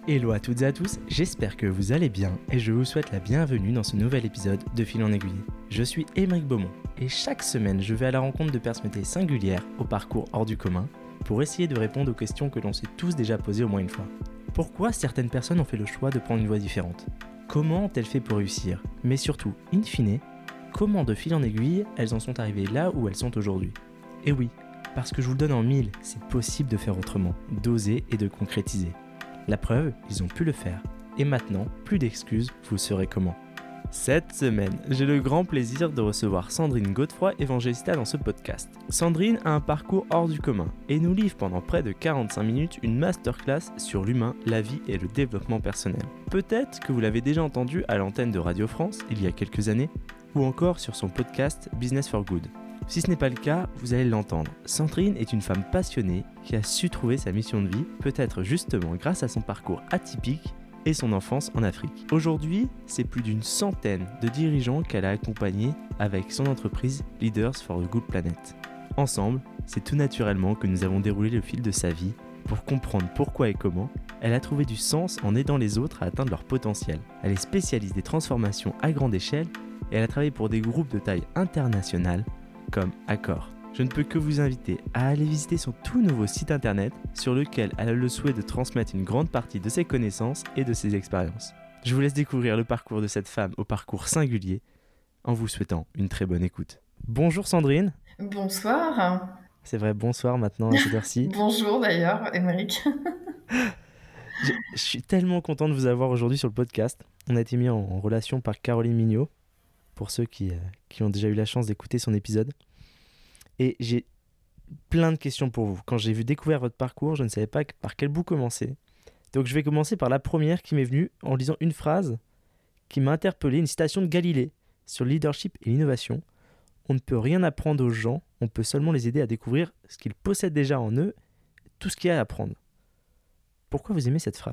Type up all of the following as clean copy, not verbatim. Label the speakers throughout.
Speaker 1: Hello à toutes et à tous, j'espère que vous allez bien et je vous souhaite la bienvenue dans ce nouvel épisode de Fil en aiguille. Je suis Émeric Beaumont et chaque semaine je vais à la rencontre de personnalités singulières au parcours hors du commun pour essayer de répondre aux questions que l'on s'est tous déjà posées au moins une fois. Pourquoi certaines personnes ont fait le choix de prendre une voie différente ? Comment ont-elles fait pour réussir ? Mais surtout, in fine, comment de fil en aiguille elles en sont arrivées là où elles sont aujourd'hui ? Et oui, parce que je vous le donne en mille, c'est possible de faire autrement, d'oser et de concrétiser. La preuve, ils ont pu le faire. Et maintenant, plus d'excuses, vous saurez comment. Cette semaine, j'ai le grand plaisir de recevoir Sandrine Godefroy Evangelista dans ce podcast. Sandrine a un parcours hors du commun et nous livre pendant près de 45 minutes une masterclass sur l'humain, la vie et le développement personnel. Peut-être que vous l'avez déjà entendu à l'antenne de Radio France il y a quelques années, ou encore sur son podcast Business for Good. Si ce n'est pas le cas, vous allez l'entendre. Sandrine est une femme passionnée qui a su trouver sa mission de vie, peut-être justement grâce à son parcours atypique et son enfance en Afrique. Aujourd'hui, c'est plus d'une centaine de dirigeants qu'elle a accompagnés avec son entreprise Leaders for a Good Planet. Ensemble, c'est tout naturellement que nous avons déroulé le fil de sa vie pour comprendre pourquoi et comment elle a trouvé du sens en aidant les autres à atteindre leur potentiel. Elle est spécialiste des transformations à grande échelle et elle a travaillé pour des groupes de taille internationale comme Accor. Je ne peux que vous inviter à aller visiter son tout nouveau site internet sur lequel elle a le souhait de transmettre une grande partie de ses connaissances et de ses expériences. Je vous laisse découvrir le parcours de cette femme au parcours singulier en vous souhaitant une très bonne écoute. Bonjour Sandrine.
Speaker 2: Bonsoir.
Speaker 1: C'est vrai, bonsoir maintenant à cette heure-ci.
Speaker 2: Bonjour d'ailleurs, Émeric.
Speaker 1: Je suis tellement content de vous avoir aujourd'hui sur le podcast. On a été mis en relation par Caroline Mignot, pour ceux qui ont déjà eu la chance d'écouter son épisode. Et j'ai plein de questions pour vous. Quand j'ai découvert votre parcours, je ne savais pas par quel bout commencer. Donc je vais commencer par la première qui m'est venue en lisant une phrase qui m'a interpellé, une citation de Galilée sur le leadership et l'innovation. On ne peut rien apprendre aux gens, on peut seulement les aider à découvrir ce qu'ils possèdent déjà en eux, tout ce qu'il y a à apprendre. Pourquoi vous aimez cette phrase ?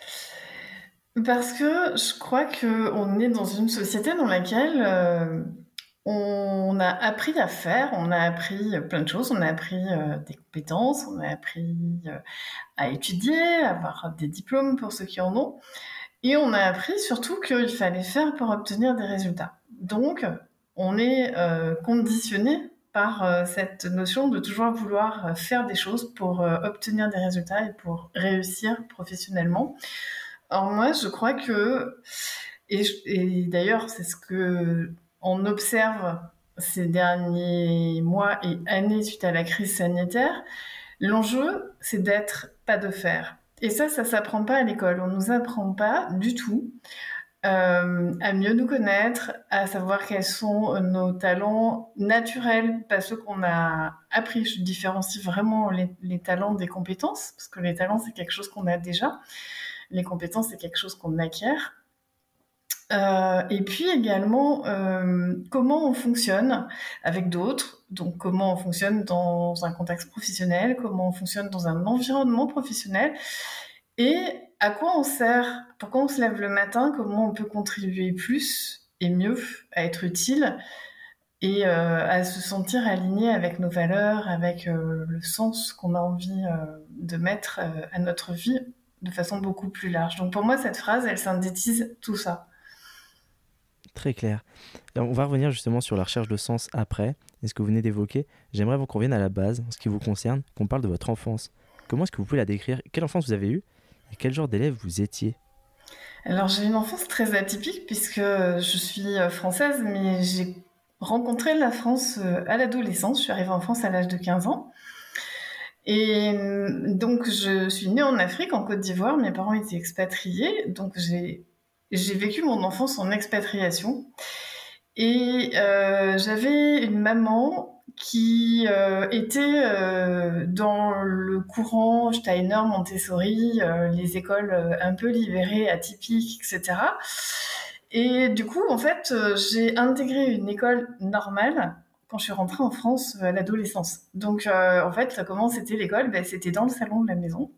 Speaker 2: Parce que je crois qu'on est dans une société dans laquelle on a appris à faire, on a appris plein de choses, on a appris des compétences, on a appris à étudier, à avoir des diplômes pour ceux qui en ont, et on a appris surtout qu'il fallait faire pour obtenir des résultats. Donc, on est conditionné par cette notion de toujours vouloir faire des choses pour obtenir des résultats et pour réussir professionnellement. Alors moi, je crois que, et d'ailleurs, c'est ce que on observe ces derniers mois et années suite à la crise sanitaire, l'enjeu, c'est d'être, pas de faire. Et ça s'apprend pas à l'école. On nous apprend pas du tout à mieux nous connaître, à savoir quels sont nos talents naturels, pas ceux qu'on a appris. Je différencie vraiment les talents des compétences, parce que les talents, c'est quelque chose qu'on a déjà. Les compétences, c'est quelque chose qu'on acquiert. Et puis également, comment on fonctionne avec d'autres, donc comment on fonctionne dans un contexte professionnel, comment on fonctionne dans un environnement professionnel, et à quoi on sert, pourquoi on se lève le matin, comment on peut contribuer plus et mieux à être utile et à se sentir aligné avec nos valeurs, avec le sens qu'on a envie de mettre à notre vie de façon beaucoup plus large. Donc pour moi, cette phrase, elle synthétise tout ça.
Speaker 1: Très clair. Alors, on va revenir justement sur la recherche de sens après, et ce que vous venez d'évoquer. J'aimerais qu'on revienne à la base, en ce qui vous concerne, qu'on parle de votre enfance. Comment est-ce que vous pouvez la décrire ? Quelle enfance vous avez eue ? Et quel genre d'élève vous étiez ?
Speaker 2: Alors j'ai une enfance très atypique puisque je suis française, mais j'ai rencontré la France à l'adolescence. Je suis arrivée en France à l'âge de 15 ans. Et donc je suis née en Afrique, en Côte d'Ivoire. Mes parents étaient expatriés, donc j'ai vécu mon enfance en expatriation. Et j'avais une maman qui était dans le courant Steiner, Montessori, les écoles un peu libérées, atypiques, etc. Et du coup, en fait, j'ai intégré une école normale quand je suis rentrée en France à l'adolescence. Donc, en fait, comment c'était l'école ? C'était dans le salon de la maison.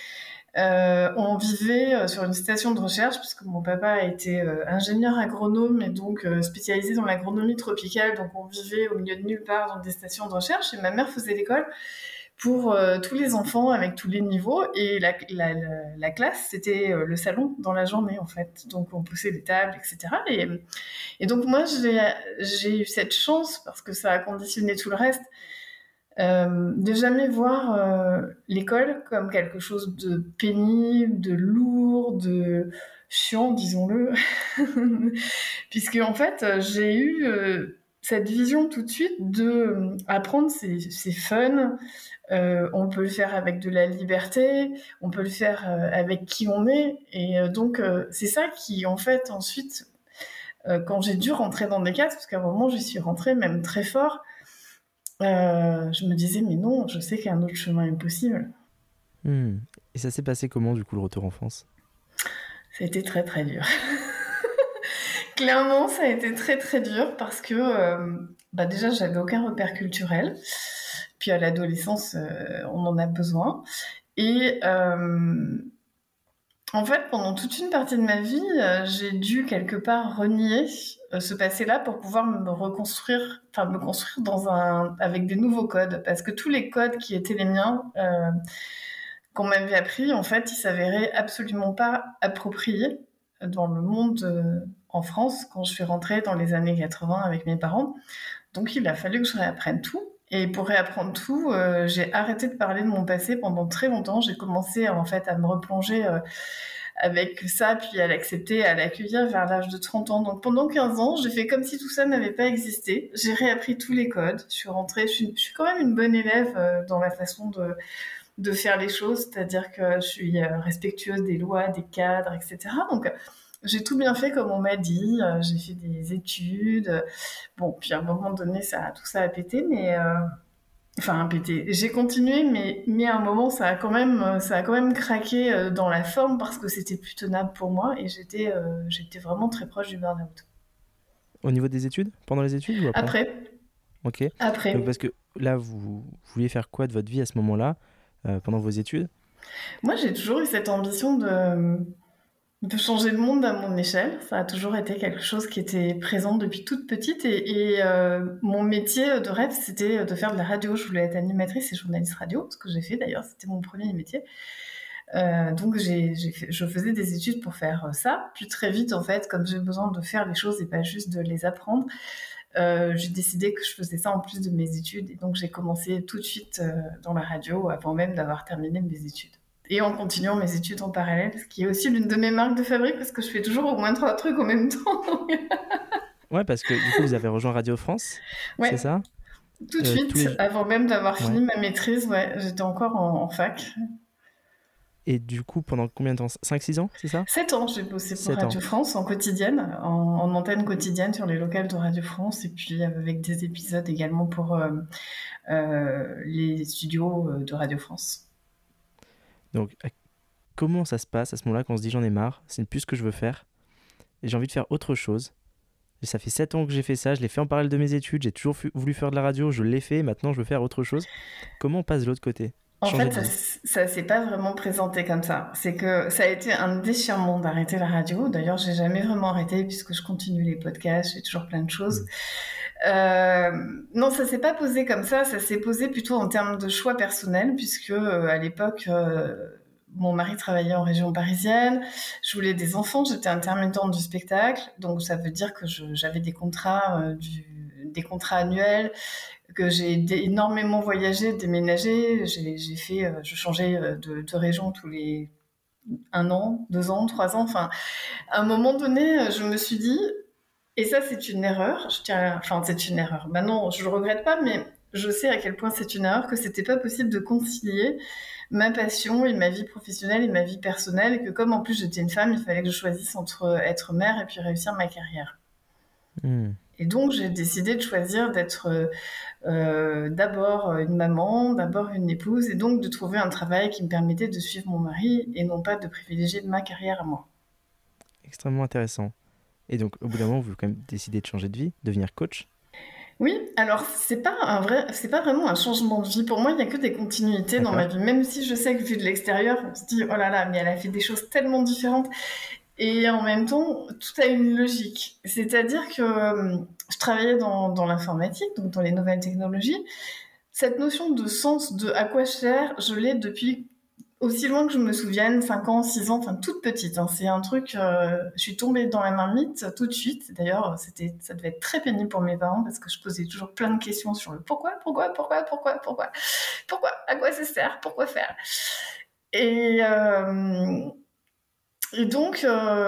Speaker 2: On vivait sur une station de recherche puisque mon papa était ingénieur agronome et donc spécialisé dans l'agronomie tropicale. Donc on vivait au milieu de nulle part dans des stations de recherche et ma mère faisait l'école pour tous les enfants avec tous les niveaux. Et la classe, c'était le salon dans la journée, en fait. Donc, on poussait des tables, etc. Et donc, moi, j'ai eu cette chance, parce que ça a conditionné tout le reste, de jamais voir l'école comme quelque chose de pénible, de lourd, de chiant, disons-le. Puisque, en fait, j'ai eu cette vision tout de suite de apprendre, c'est fun, on peut le faire avec de la liberté, on peut le faire avec qui on est. Et donc, c'est ça qui, en fait, ensuite, quand j'ai dû rentrer dans des cases, parce qu'à un moment, j'y suis rentrée même très fort, je me disais, mais non, je sais qu'un autre chemin est possible.
Speaker 1: Et ça s'est passé comment, du coup, le retour en France?
Speaker 2: Ça a été très, très dur. Clairement, ça a été très, très dur parce que déjà, j'avais aucun repère culturel. Puis à l'adolescence, on en a besoin. Et en fait, pendant toute une partie de ma vie, j'ai dû quelque part renier ce passé-là pour pouvoir me reconstruire, enfin me construire avec des nouveaux codes. Parce que tous les codes qui étaient les miens, qu'on m'avait appris, en fait, ils s'avéraient absolument pas appropriés dans le monde en France quand je suis rentrée dans les années 80 avec mes parents. Donc il a fallu que je réapprenne tout. Et pour réapprendre tout, j'ai arrêté de parler de mon passé pendant très longtemps. J'ai commencé en fait à me replonger avec ça, puis à l'accepter, à l'accueillir vers l'âge de 30 ans. Donc pendant 15 ans, j'ai fait comme si tout ça n'avait pas existé. J'ai réappris tous les codes. Je suis rentrée, je suis quand même une bonne élève dans la façon de faire les choses, c'est-à-dire que je suis respectueuse des lois, des cadres, etc. Donc j'ai tout bien fait comme on m'a dit, j'ai fait des études. Bon, puis à un moment donné, tout ça a pété, mais enfin pété. J'ai continué, mais à un moment, ça a quand même craqué dans la forme parce que c'était plus tenable pour moi et j'étais vraiment très proche du burn-out.
Speaker 1: Au niveau des études? Pendant les études ou après?
Speaker 2: Après,
Speaker 1: Ok. Donc,
Speaker 2: après,
Speaker 1: parce que là, vous vouliez faire quoi de votre vie à ce moment-là, pendant vos études?
Speaker 2: moi j'ai toujours eu cette ambition de changer le monde à mon échelle. Ça a toujours été quelque chose qui était présent depuis toute petite. Et mon métier de rêve, c'était de faire de la radio. Je voulais être animatrice et journaliste radio, ce que j'ai fait d'ailleurs. C'était mon premier métier. Donc je faisais des études pour faire ça. Puis très vite, en fait, comme j'ai besoin de faire les choses et pas juste de les apprendre, j'ai décidé que je faisais ça en plus de mes études. Et donc j'ai commencé tout de suite dans la radio avant même d'avoir terminé mes études. Et en continuant mes études en parallèle, ce qui est aussi l'une de mes marques de fabrique, parce que je fais toujours au moins 3 trucs en même temps.
Speaker 1: Ouais, parce que du coup, vous avez rejoint Radio France, c'est
Speaker 2: Ouais,
Speaker 1: ça?
Speaker 2: tout de
Speaker 1: Tous
Speaker 2: suite,
Speaker 1: les...
Speaker 2: avant même d'avoir
Speaker 1: Ouais.
Speaker 2: fini ma maîtrise, ouais, j'étais encore en fac.
Speaker 1: Et du coup, pendant combien de temps? 5-6 ans, c'est ça?
Speaker 2: 7 ans, j'ai bossé pour
Speaker 1: 7 ans.
Speaker 2: Radio France en quotidienne, en antenne quotidienne sur les locales de Radio France, et puis avec des épisodes également pour les studios de Radio France.
Speaker 1: Donc, comment ça se passe à ce moment-là quand on se dit j'en ai marre, c'est plus ce que je veux faire, et j'ai envie de faire autre chose? Et ça fait 7 ans que j'ai fait ça, je l'ai fait en parallèle de mes études, j'ai toujours voulu faire de la radio, je l'ai fait, maintenant je veux faire autre chose. Comment on passe de l'autre côté?
Speaker 2: En
Speaker 1: Changer
Speaker 2: fait,
Speaker 1: de vie.
Speaker 2: ça s'est pas vraiment présenté comme ça. C'est que ça a été un déchirement d'arrêter la radio. D'ailleurs, j'ai jamais vraiment arrêté puisque je continue les podcasts, je fais toujours plein de choses.
Speaker 1: Mm.
Speaker 2: Euh, non, ça s'est pas posé comme ça s'est posé plutôt en termes de choix personnels puisque à l'époque, mon mari travaillait en région parisienne, je voulais des enfants, j'étais intermittente du spectacle, donc ça veut dire que j'avais des contrats annuels, que j'ai énormément voyagé, déménagé. Je changeais de région tous les 1 an, 2 ans, 3 ans. Enfin, à un moment donné, je me suis dit, et ça c'est une erreur. Enfin, c'est une erreur. Maintenant, je le regrette pas, mais je sais à quel point c'est une erreur que c'était pas possible de concilier ma passion et ma vie professionnelle et ma vie personnelle, et que comme en plus j'étais une femme, il fallait que je choisisse entre être mère et puis réussir ma carrière.
Speaker 1: Mm.
Speaker 2: Et donc j'ai décidé de choisir d'être d'abord une maman, d'abord une épouse, et donc de trouver un travail qui me permettait de suivre mon mari et non pas de privilégier ma carrière à moi.
Speaker 1: Extrêmement intéressant. Et donc, au bout d'un moment, vous quand même décidé de changer de vie, devenir coach.
Speaker 2: Oui, alors c'est pas vraiment un changement de vie. Pour moi, il n'y a que des continuités dans ma
Speaker 1: D'accord.
Speaker 2: vie. Même si je sais que vu de l'extérieur, on se dit oh là là, mais elle a fait des choses tellement différentes. Et en même temps, tout a une logique. C'est-à-dire que je travaillais dans l'informatique, donc dans les nouvelles technologies. cette notion de sens, de à quoi je sers, je l'ai depuis aussi loin que je me souvienne, 5 ans, 6 ans, enfin toute petite. Hein. C'est un truc, je suis tombée dans la marmite tout de suite. D'ailleurs, ça devait être très pénible pour mes parents parce que je posais toujours plein de questions sur le pourquoi, à quoi ça sert, pourquoi faire. Et, et donc,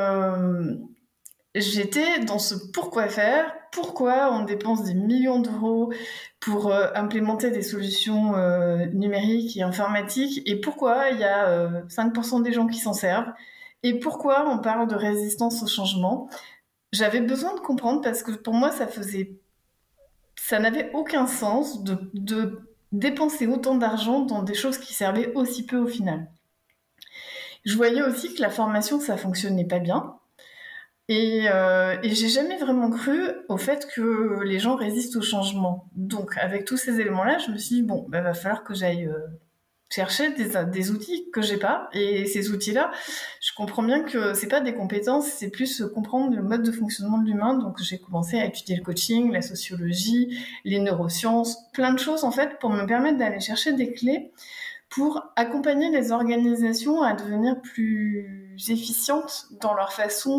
Speaker 2: j'étais dans ce pourquoi faire, pourquoi on dépense des millions d'euros pour implémenter des solutions numériques et informatiques, et pourquoi il y a 5% des gens qui s'en servent, et pourquoi on parle de résistance au changement. J'avais besoin de comprendre parce que pour moi, ça n'avait aucun sens de dépenser autant d'argent dans des choses qui servaient aussi peu au final. Je voyais aussi que la formation, ça fonctionnait pas bien. Et j'ai jamais vraiment cru au fait que les gens résistent au changement. Donc, avec tous ces éléments-là, je me suis dit, bon, va falloir que j'aille chercher des outils que j'ai pas. Et ces outils-là, je comprends bien que c'est pas des compétences, c'est plus comprendre le mode de fonctionnement de l'humain. Donc, j'ai commencé à étudier le coaching, la sociologie, les neurosciences, plein de choses, en fait, pour me permettre d'aller chercher des clés pour accompagner les organisations à devenir plus efficientes dans leur façon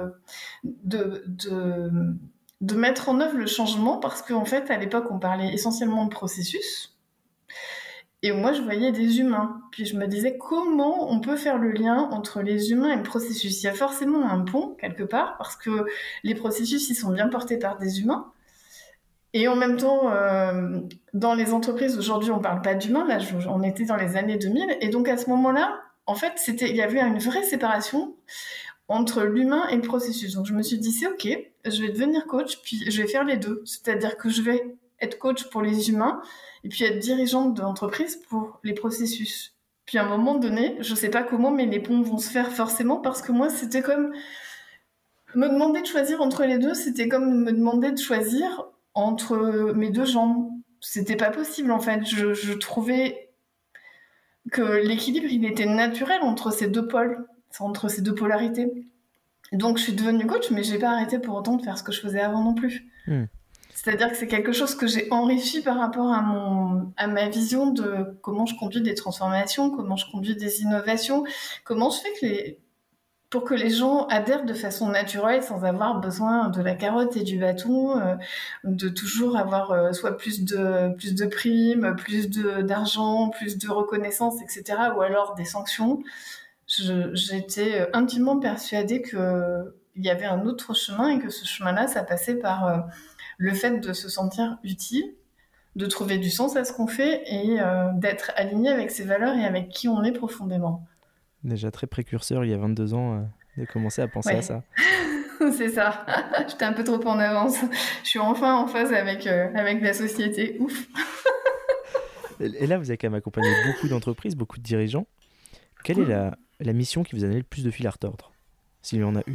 Speaker 2: de mettre en œuvre le changement, parce qu'en fait, à l'époque, on parlait essentiellement de processus, et moi, je voyais des humains. Puis je me disais, comment on peut faire le lien entre les humains et le processus ? Il y a forcément un pont, quelque part, parce que les processus, ils sont bien portés par des humains, et en même temps, dans les entreprises, aujourd'hui, on ne parle pas d'humains. Là, on était dans les années 2000. Et donc, à ce moment-là, en fait, il y avait une vraie séparation entre l'humain et le processus. Donc, je me suis dit, c'est OK, je vais devenir coach, puis je vais faire les deux. C'est-à-dire que je vais être coach pour les humains et puis être dirigeante d'entreprise pour les processus. Puis, à un moment donné, je ne sais pas comment, mais les ponts vont se faire forcément, parce que moi, c'était comme me demander de choisir entre les deux, c'était comme me demander de choisir entre mes deux jambes. C'était pas possible, en fait. Je trouvais que l'équilibre, il était naturel entre ces deux pôles, entre ces deux polarités. Donc, je suis devenue coach, mais j'ai pas arrêté pour autant de faire ce que je faisais avant non plus. C'est-à-dire que c'est quelque chose que j'ai enrichi par rapport à ma vision de comment je conduis des transformations, comment je conduis des innovations, comment je fais pour que les gens adhèrent de façon naturelle, sans avoir besoin de la carotte et du bâton, de toujours avoir soit plus de primes, d'argent, plus de reconnaissance, etc., ou alors des sanctions. J'étais intimement persuadée qu'il y avait un autre chemin, et que ce chemin-là, ça passait par le fait de se sentir utile, de trouver du sens à ce qu'on fait, et d'être aligné avec ses valeurs et avec qui on est profondément.
Speaker 1: Déjà très précurseur, il y a 22 ans, de commencer à penser à ça.
Speaker 2: C'est ça. J'étais un peu trop en avance. Je suis enfin en phase avec la société. Ouf.
Speaker 1: Et là, vous avez quand même accompagné beaucoup d'entreprises, beaucoup de dirigeants. Quelle est la mission qui vous a donné le plus de fil à retordre, s'il y en a une ?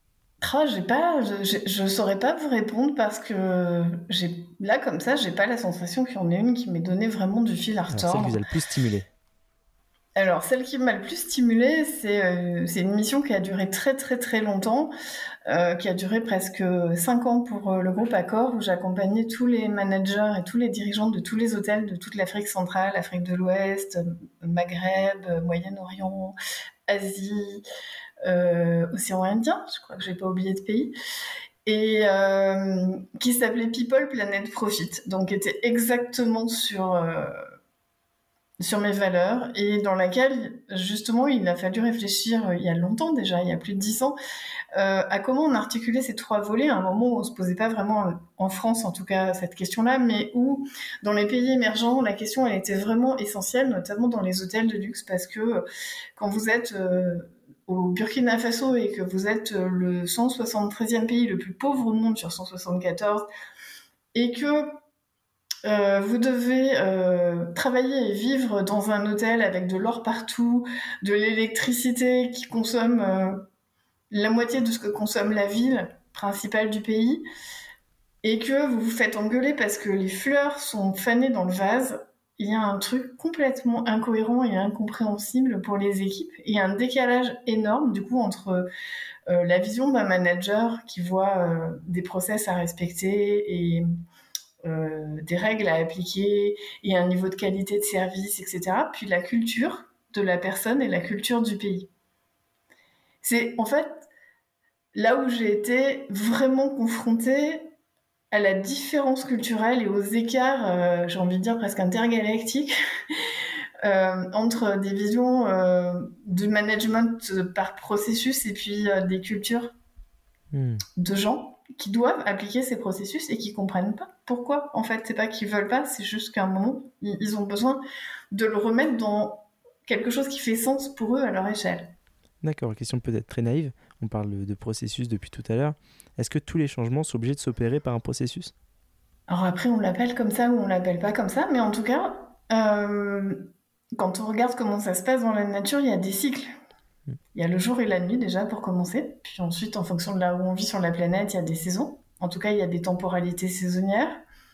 Speaker 2: Je saurais pas vous répondre, parce que là, comme ça, j'ai pas la sensation qu'il y en ait une qui m'ait donné vraiment du fil à retordre.
Speaker 1: Alors, celle qui vous a le plus stimulé.
Speaker 2: Alors, celle qui m'a le plus stimulée, c'est une mission qui a duré très très très longtemps, qui a duré presque 5 ans pour le groupe Accor, où j'accompagnais tous les managers et tous les dirigeants de tous les hôtels de toute l'Afrique centrale, Afrique de l'Ouest, Maghreb, Moyen-Orient, Asie, Océan Indien, je crois que j'ai pas oublié de pays, et qui s'appelait People Planet Profit, donc qui était exactement sur mes valeurs, et dans laquelle, justement, il a fallu réfléchir, il y a longtemps déjà, il y a plus de 10 ans, à comment on articulait ces 3 volets, à un moment où on se posait pas vraiment, en France en tout cas, cette question-là, mais où, dans les pays émergents, la question, elle était vraiment essentielle, notamment dans les hôtels de luxe, parce que quand vous êtes au Burkina Faso et que vous êtes le 173e pays le plus pauvre au monde sur 174, et que vous devez travailler et vivre dans un hôtel avec de l'or partout, de l'électricité qui consomme la moitié de ce que consomme la ville principale du pays, et que vous vous faites engueuler parce que les fleurs sont fanées dans le vase. Il y a un truc complètement incohérent et incompréhensible pour les équipes, et un décalage énorme du coup entre la vision d'un manager qui voit des process à respecter, et des règles à appliquer et un niveau de qualité de service, etc. Puis la culture de la personne et la culture du pays. C'est en fait là où j'ai été vraiment confrontée à la différence culturelle et aux écarts, j'ai envie de dire presque intergalactiques, entre des visions du management par processus et puis des cultures de gens qui doivent appliquer ces processus et qui comprennent pas pourquoi. En fait, c'est pas qu'ils veulent pas, c'est juste qu'à un moment, ils ont besoin de le remettre dans quelque chose qui fait sens pour eux à leur échelle.
Speaker 1: D'accord, question peut-être très naïve. On parle de processus depuis tout à l'heure. Est-ce que tous les changements sont obligés de s'opérer par un processus?
Speaker 2: Alors après, on l'appelle comme ça ou on l'appelle pas comme ça, mais en tout cas, quand on regarde comment ça se passe dans la nature, il y a des cycles.
Speaker 1: Hmm.
Speaker 2: Il y a le jour et la nuit déjà pour commencer, puis ensuite, en fonction de là où on vit sur la planète, il y a des saisons. En tout cas, il y a des temporalités saisonnières.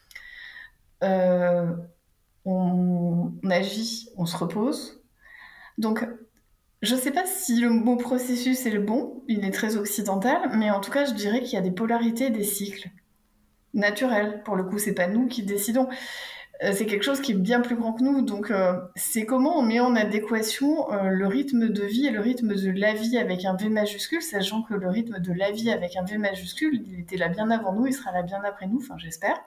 Speaker 2: Euh, on agit, on se repose. Donc, je ne sais pas si le mot processus est le bon, il est très occidental, mais en tout cas, je dirais qu'il y a des polarités, des cycles naturels. Pour le coup, c'est pas nous qui décidons. C'est quelque chose qui est bien plus grand que nous. Donc, c'est comment on met en adéquation le rythme de vie et le rythme de la vie avec un V majuscule, sachant que le rythme de la vie avec un V majuscule, il était là bien avant nous, il sera là bien après nous, enfin j'espère.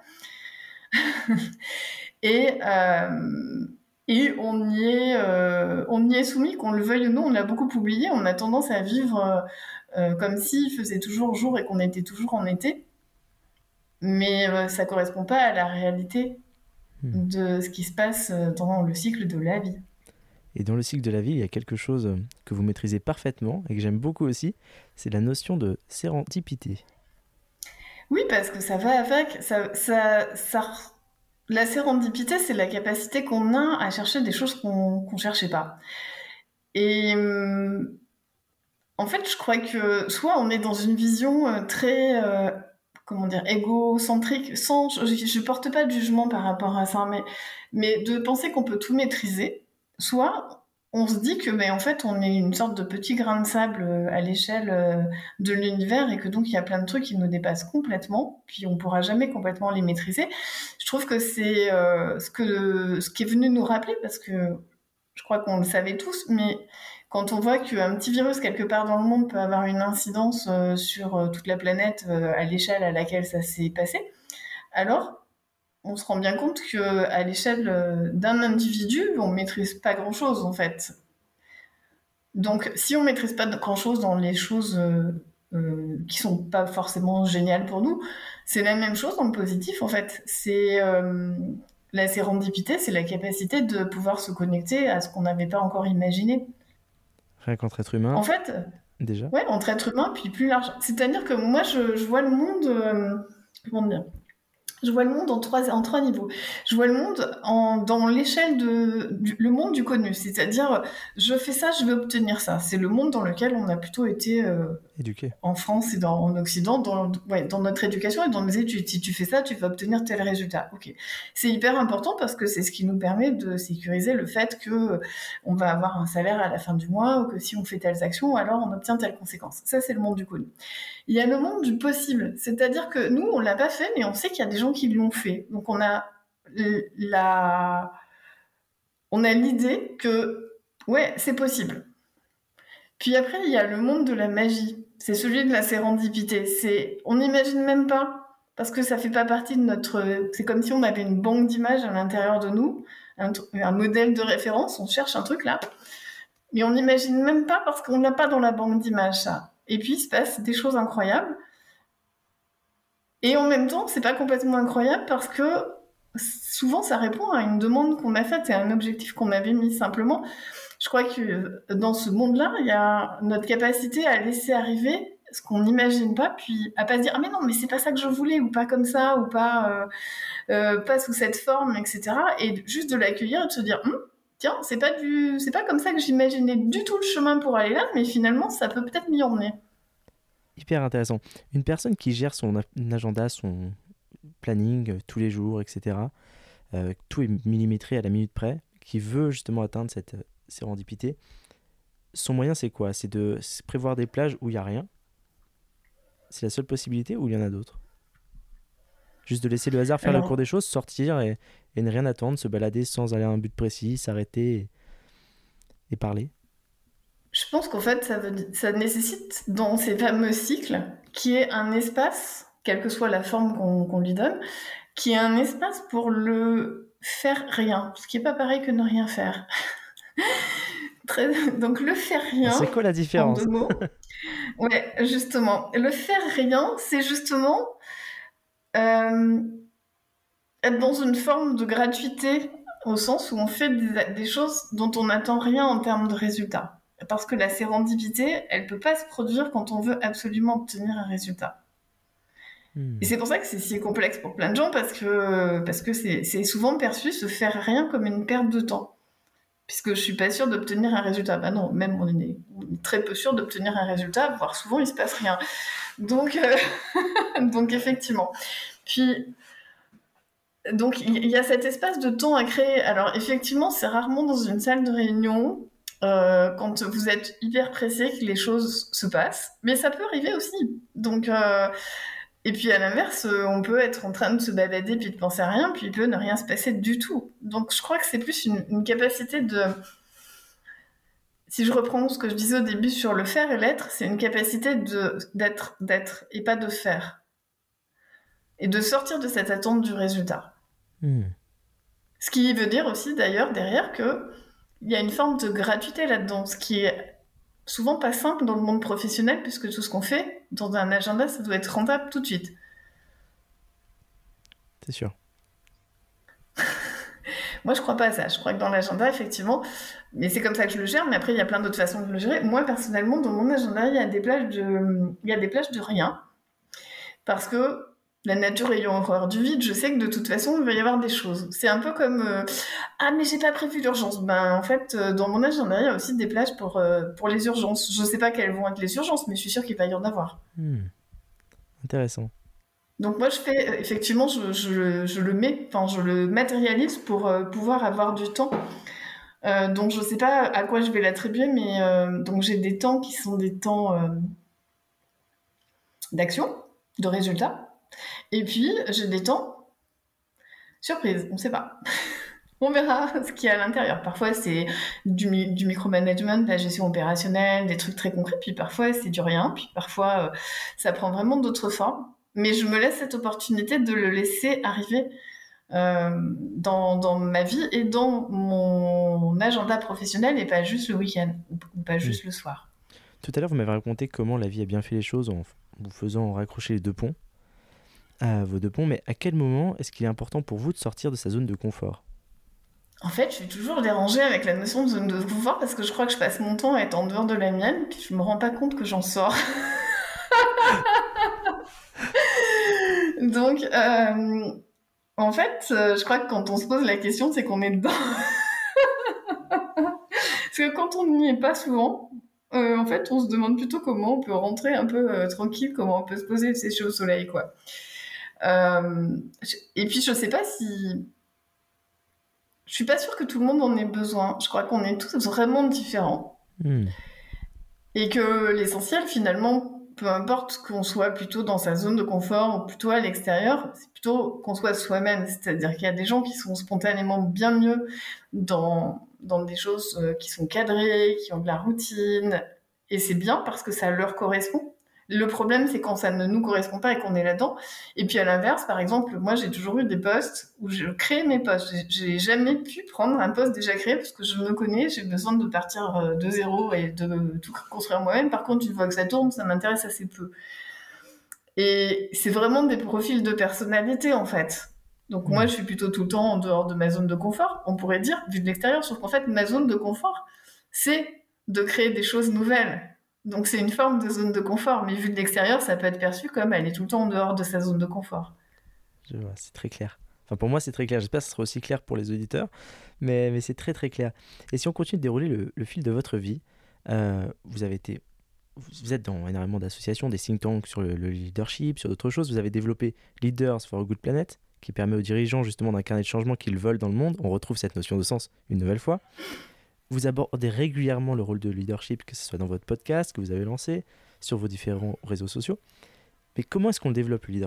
Speaker 2: et, euh, et on y est soumis, qu'on le veuille ou non, on l'a beaucoup oublié, on a tendance à vivre comme s'il faisait toujours jour et qu'on était toujours en été. Mais ça correspond pas à la réalité de ce qui se passe dans le cycle de la vie.
Speaker 1: Et dans le cycle de la vie, il y a quelque chose que vous maîtrisez parfaitement et que j'aime beaucoup aussi, c'est la notion de sérendipité.
Speaker 2: Oui, parce que ça va avec. La sérendipité, c'est la capacité qu'on a à chercher des choses qu'on ne cherchait pas. Et en fait, je crois que soit on est dans une vision très, comment dire, égocentrique, je porte pas de jugement par rapport à ça, mais de penser qu'on peut tout maîtriser, soit on se dit que, en fait, on est une sorte de petit grain de sable à l'échelle de l'univers et que donc il y a plein de trucs qui nous dépassent complètement, puis on pourra jamais complètement les maîtriser. Je trouve que c'est ce qui est venu nous rappeler, parce que je crois qu'on le savait tous, mais quand on voit qu'un petit virus quelque part dans le monde peut avoir une incidence sur toute la planète à l'échelle à laquelle ça s'est passé, alors on se rend bien compte qu'à l'échelle d'un individu, on maîtrise pas grand-chose en fait. Donc si on maîtrise pas grand-chose dans les choses qui sont pas forcément géniales pour nous, c'est la même chose dans le positif en fait. C'est la sérendipité, c'est la capacité de pouvoir se connecter à ce qu'on n'avait pas encore imaginé.
Speaker 1: Rien qu'entre êtres humains,
Speaker 2: En fait,
Speaker 1: déjà.
Speaker 2: ouais, entre êtres humains, puis plus large. C'est-à-dire que moi, je vois le monde, comment dire, je vois le monde en trois niveaux. Je vois le monde dans l'échelle le monde du connu. C'est-à-dire, je fais ça, je vais obtenir ça. C'est le monde dans lequel on a plutôt été
Speaker 1: Éduqué.
Speaker 2: en France et en Occident, dans notre éducation et dans nos études. Si tu fais ça, tu vas obtenir tel résultat. Ok. C'est hyper important parce que c'est ce qui nous permet de sécuriser le fait que on va avoir un salaire à la fin du mois ou que si on fait telles actions, alors on obtient telle conséquence. Ça, c'est le monde du connu. Il y a le monde du possible. C'est-à-dire que nous, on l'a pas fait, mais on sait qu'il y a des gens qui l'ont fait. Donc on a l'idée que, ouais, c'est possible. Puis après, il y a le monde de la magie. C'est celui de la sérendipité. On n'imagine même pas, parce que ça fait pas partie de notre. C'est comme si on avait une banque d'images à l'intérieur de nous, un modèle de référence. On cherche un truc là, mais on n'imagine même pas parce qu'on n'a pas dans la banque d'images ça. Et puis il se passe des choses incroyables. Et en même temps, c'est pas complètement incroyable parce que souvent ça répond à une demande qu'on a faite et à un objectif qu'on avait mis simplement. Je crois que dans ce monde-là, il y a notre capacité à laisser arriver ce qu'on n'imagine pas, puis à pas se dire ah mais non mais c'est pas ça que je voulais ou pas comme ça ou pas sous cette forme, etc. Et juste de l'accueillir et de se dire tiens c'est pas comme ça que j'imaginais du tout le chemin pour aller là, mais finalement ça peut peut-être m'y emmener.
Speaker 1: Hyper intéressant. Une personne qui gère son agenda, son planning tous les jours, etc. Tout est millimétré à la minute près, qui veut justement atteindre cette sérendipité. Son moyen, c'est quoi? C'est de prévoir des plages où il n'y a rien. C'est la seule possibilité ou il y en a d'autres? Juste de laisser le hasard faire le cours des choses, sortir et ne rien attendre, se balader sans aller à un but précis, s'arrêter et parler.
Speaker 2: Je pense qu'en fait, ça nécessite, dans ces fameux cycles, qu'il y ait un espace, quelle que soit la forme qu'on lui donne, qu'il y ait un espace pour le faire rien. Ce qui n'est pas pareil que ne rien faire. Donc le faire rien,
Speaker 1: c'est quoi la différence?
Speaker 2: en 2 mots. Ouais, justement. Le faire rien, c'est justement être dans une forme de gratuité, au sens où on fait des choses dont on n'attend rien en termes de résultats. Parce que la sérendipité, elle peut pas se produire quand on veut absolument obtenir un résultat. Et c'est pour ça que c'est si complexe pour plein de gens, parce que c'est souvent perçu se faire rien comme une perte de temps. Puisque je suis pas sûre d'obtenir un résultat. Bah non, même on est très peu sûr d'obtenir un résultat, voire souvent il se passe rien. Donc effectivement. Puis donc il y a cet espace de temps à créer. Alors effectivement, c'est rarement dans une salle de réunion, quand vous êtes hyper pressé, que les choses se passent, mais ça peut arriver aussi. Donc et puis à l'inverse, on peut être en train de se balader puis de penser à rien, puis il peut ne rien se passer du tout. Donc je crois que c'est plus une capacité de... Si je reprends ce que je disais au début sur le faire et l'être, c'est une capacité d'être et pas de faire. Et de sortir de cette attente du résultat. Ce qui veut dire aussi d'ailleurs derrière qu'il y a une forme de gratuité là-dedans, ce qui est souvent pas simple dans le monde professionnel, puisque tout ce qu'on fait dans un agenda, ça doit être rentable tout de suite.
Speaker 1: C'est sûr.
Speaker 2: Moi, je crois pas à ça. Je crois que dans l'agenda, effectivement, mais c'est comme ça que je le gère, mais après, il y a plein d'autres façons de le gérer. Moi, personnellement, dans mon agenda, il y a des plages de rien. Parce que la nature ayant horreur du vide, je sais que de toute façon, il va y avoir des choses. C'est un peu comme ah, mais j'ai pas prévu l'urgence. Ben, en fait, dans mon agenda, il y a aussi des plages pour les urgences. Je sais pas quelles vont être les urgences, mais je suis sûre qu'il va y en avoir.
Speaker 1: Intéressant.
Speaker 2: Donc moi, je fais, effectivement, je le matérialise pour pouvoir avoir du temps. Donc je sais pas à quoi je vais l'attribuer, mais donc j'ai des temps qui sont des temps d'action, de résultats. Et puis, j'ai des temps surprise, on sait pas. On verra ce qu'il y a à l'intérieur. Parfois, c'est du micromanagement, de la gestion opérationnelle, des trucs très concrets. Puis parfois, c'est du rien. Puis parfois, ça prend vraiment d'autres formes. Mais je me laisse cette opportunité de le laisser arriver dans ma vie et dans mon agenda professionnel, et pas juste le week-end ou pas juste le soir.
Speaker 1: Tout à l'heure, vous m'avez raconté comment la vie a bien fait les choses en vous faisant raccrocher les 2 ponts. Vos 2 ponts, mais à quel moment est-ce qu'il est important pour vous de sortir de sa zone de confort?
Speaker 2: En fait, je suis toujours dérangée avec la notion de zone de confort, parce que je crois que je passe mon temps à être en dehors de la mienne, puis je me rends pas compte que j'en sors. Donc, en fait, je crois que quand on se pose la question, c'est qu'on est dedans. Parce que quand on n'y est pas souvent, en fait, on se demande plutôt comment on peut rentrer un peu tranquille, comment on peut se poser, sécher au soleil, quoi. Et puis, je sais pas si... Je suis pas sûre que tout le monde en ait besoin. Je crois qu'on est tous vraiment différents. Et que l'essentiel, finalement, peu importe qu'on soit plutôt dans sa zone de confort ou plutôt à l'extérieur, c'est plutôt qu'on soit soi-même. C'est-à-dire qu'il y a des gens qui sont spontanément bien mieux dans des choses qui sont cadrées, qui ont de la routine. Et c'est bien parce que ça leur correspond. Le problème, c'est quand ça ne nous correspond pas et qu'on est là-dedans. Et puis à l'inverse, par exemple, moi, j'ai toujours eu des postes où je crée mes postes. J'ai jamais pu prendre un poste déjà créé parce que je me connais, j'ai besoin de partir de zéro et de tout construire moi-même. Par contre, une fois que ça tourne, ça m'intéresse assez peu. Et c'est vraiment des profils de personnalité, en fait. Donc moi, je suis plutôt tout le temps en dehors de ma zone de confort, on pourrait dire, vu de l'extérieur. Sauf qu'en fait, ma zone de confort, c'est de créer des choses nouvelles. Donc c'est une forme de zone de confort, mais vu de l'extérieur, ça peut être perçu comme elle est tout le temps en dehors de sa zone de confort.
Speaker 1: Je vois, c'est très clair. Enfin, pour moi, c'est très clair. J'espère que ce sera aussi clair pour les auditeurs, mais c'est très très clair. Et si on continue de dérouler le fil de votre vie, vous êtes dans énormément d'associations, des think tanks sur le leadership, sur d'autres choses. Vous avez développé Leaders for a Good Planet, qui permet aux dirigeants justement d'incarner le changement qu'ils veulent dans le monde. On retrouve cette notion de sens une nouvelle fois. Vous abordez régulièrement le rôle de leadership, que ce soit dans votre podcast que vous avez lancé, sur vos différents réseaux sociaux. Mais comment est-ce qu'on le développe, le leadership ?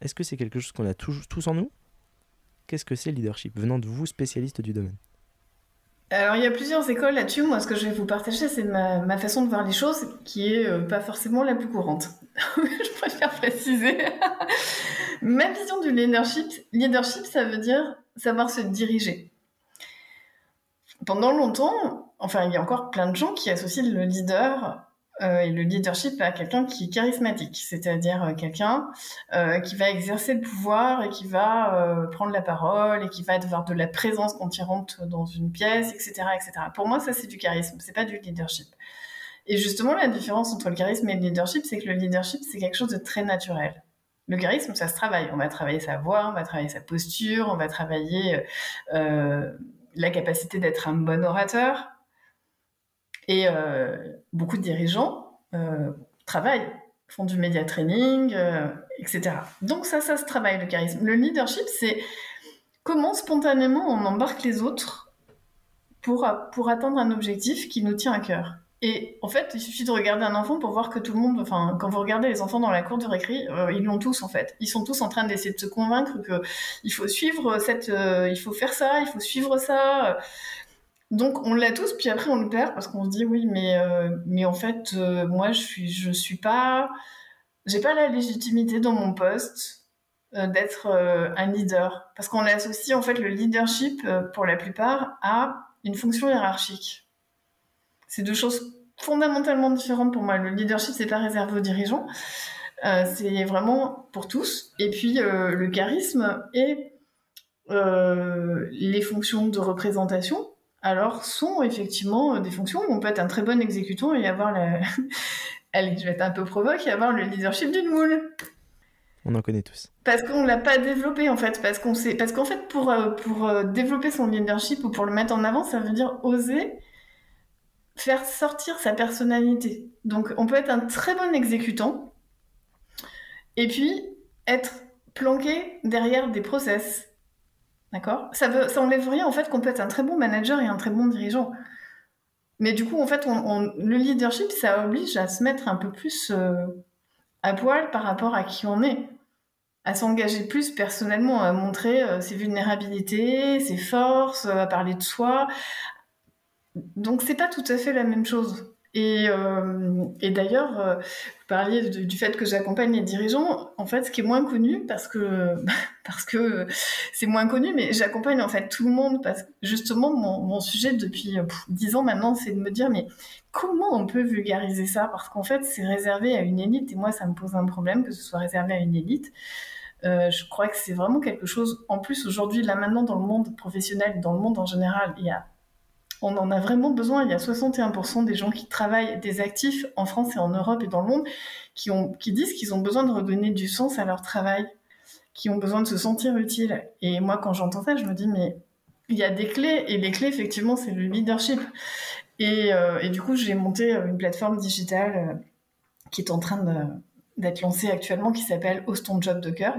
Speaker 1: Est-ce que c'est quelque chose qu'on a tous en nous? Qu'est-ce que c'est le leadership, venant de vous, spécialiste du domaine?
Speaker 2: Alors, il y a plusieurs écoles là-dessus. Moi, ce que je vais vous partager, c'est ma façon de voir les choses, qui est pas forcément la plus courante. Je préfère préciser. Ma vision du leadership, ça veut dire savoir se diriger. Pendant longtemps, enfin, il y a encore plein de gens qui associent le leader et le leadership à quelqu'un qui est charismatique, c'est-à-dire quelqu'un qui va exercer le pouvoir et qui va prendre la parole et qui va avoir de la présence quand il rentre dans une pièce, etc., etc. Pour moi, ça, c'est du charisme, c'est pas du leadership. Et justement, la différence entre le charisme et le leadership, c'est que le leadership, c'est quelque chose de très naturel. Le charisme, ça se travaille. On va travailler sa voix, on va travailler sa posture, on va travailler la capacité d'être un bon orateur. Et beaucoup de dirigeants travaillent, font du média training, etc. Donc ça se travaille, le charisme. Le leadership, c'est comment spontanément on embarque les autres pour atteindre un objectif qui nous tient à cœur. Et en fait, il suffit de regarder un enfant pour voir que tout le monde, enfin, quand vous regardez les enfants dans la cour de récré, ils l'ont tous en fait. Ils sont tous en train d'essayer de se convaincre que il faut suivre il faut faire ça, il faut suivre ça. Donc on l'a tous, puis après on le perd parce qu'on se dit oui, mais en fait, moi je suis pas, j'ai pas la légitimité dans mon poste d'être un leader, parce qu'on associe en fait le leadership pour la plupart à une fonction hiérarchique. C'est deux choses fondamentalement différentes pour moi. Le leadership, c'est pas réservé aux dirigeants, c'est vraiment pour tous. Et puis le charisme et les fonctions de représentation, alors, sont effectivement des fonctions où on peut être un très bon exécutant et avoir allez, je vais être un peu provoque, et avoir le leadership d'une moule.
Speaker 1: On en connaît tous.
Speaker 2: Parce qu'on l'a pas développé en fait, parce qu'en fait pour développer son leadership ou pour le mettre en avant, ça veut dire oser faire sortir sa personnalité. Donc on peut être un très bon exécutant et puis être planqué derrière des process. D'accord ? Ça enlève rien en fait qu'on peut être un très bon manager et un très bon dirigeant. Mais du coup, en fait, le leadership, ça oblige à se mettre un peu plus à poil par rapport à qui on est, à s'engager plus personnellement, à montrer ses vulnérabilités, ses forces, à parler de soi. Donc, c'est pas tout à fait la même chose. Et d'ailleurs, vous parliez du fait que j'accompagne les dirigeants. En fait, ce qui est moins connu, parce que c'est moins connu, mais j'accompagne en fait tout le monde, parce que justement, mon sujet depuis 10 ans maintenant, c'est de me dire, mais comment on peut vulgariser ça? Parce qu'en fait, c'est réservé à une élite, et moi, ça me pose un problème que ce soit réservé à une élite. Je crois que c'est vraiment quelque chose, en plus, aujourd'hui, là maintenant, dans le monde professionnel, dans le monde en général, on en a vraiment besoin. Il y a 61% des gens qui travaillent, des actifs en France et en Europe et dans le monde, qui disent qu'ils ont besoin de redonner du sens à leur travail, qui ont besoin de se sentir utiles. Et moi, quand j'entends ça, je me dis, mais il y a des clés, et les clés, effectivement, c'est le leadership. Et du coup, j'ai monté une plateforme digitale qui est en train d'être lancée actuellement, qui s'appelle Hoston Job de Cœur,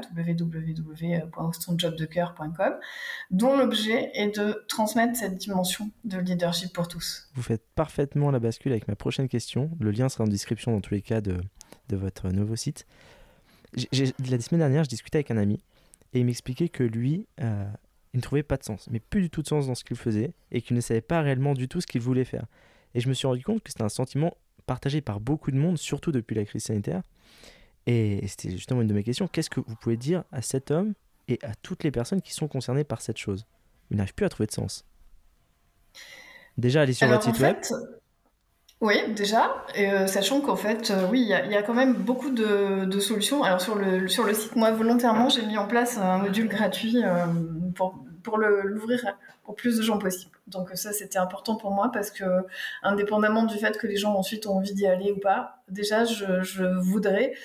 Speaker 2: www.hostonjobdecoeur.com, dont l'objet est de transmettre cette dimension de leadership pour tous.
Speaker 1: Vous faites parfaitement la bascule avec ma prochaine question. Le lien sera en description dans tous les cas de votre nouveau site. La semaine dernière, je discutais avec un ami et il m'expliquait que lui, il ne trouvait pas de sens, mais plus du tout de sens dans ce qu'il faisait et qu'il ne savait pas réellement du tout ce qu'il voulait faire. Et je me suis rendu compte que c'était un sentiment partagé par beaucoup de monde, surtout depuis la crise sanitaire. Et c'était justement une de mes questions. Qu'est-ce que vous pouvez dire à cet homme et à toutes les personnes qui sont concernées par cette chose? Ils n'arrivent plus à trouver de sens. Déjà, allez sur votre site web.
Speaker 2: Oui, déjà, sachant qu'en fait, oui, il y a quand même beaucoup de solutions. Alors sur le site, moi, volontairement, j'ai mis en place un module gratuit pour l'ouvrir pour plus de gens possible. Donc ça, c'était important pour moi, parce que indépendamment du fait que les gens ensuite ont envie d'y aller ou pas, déjà, je voudrais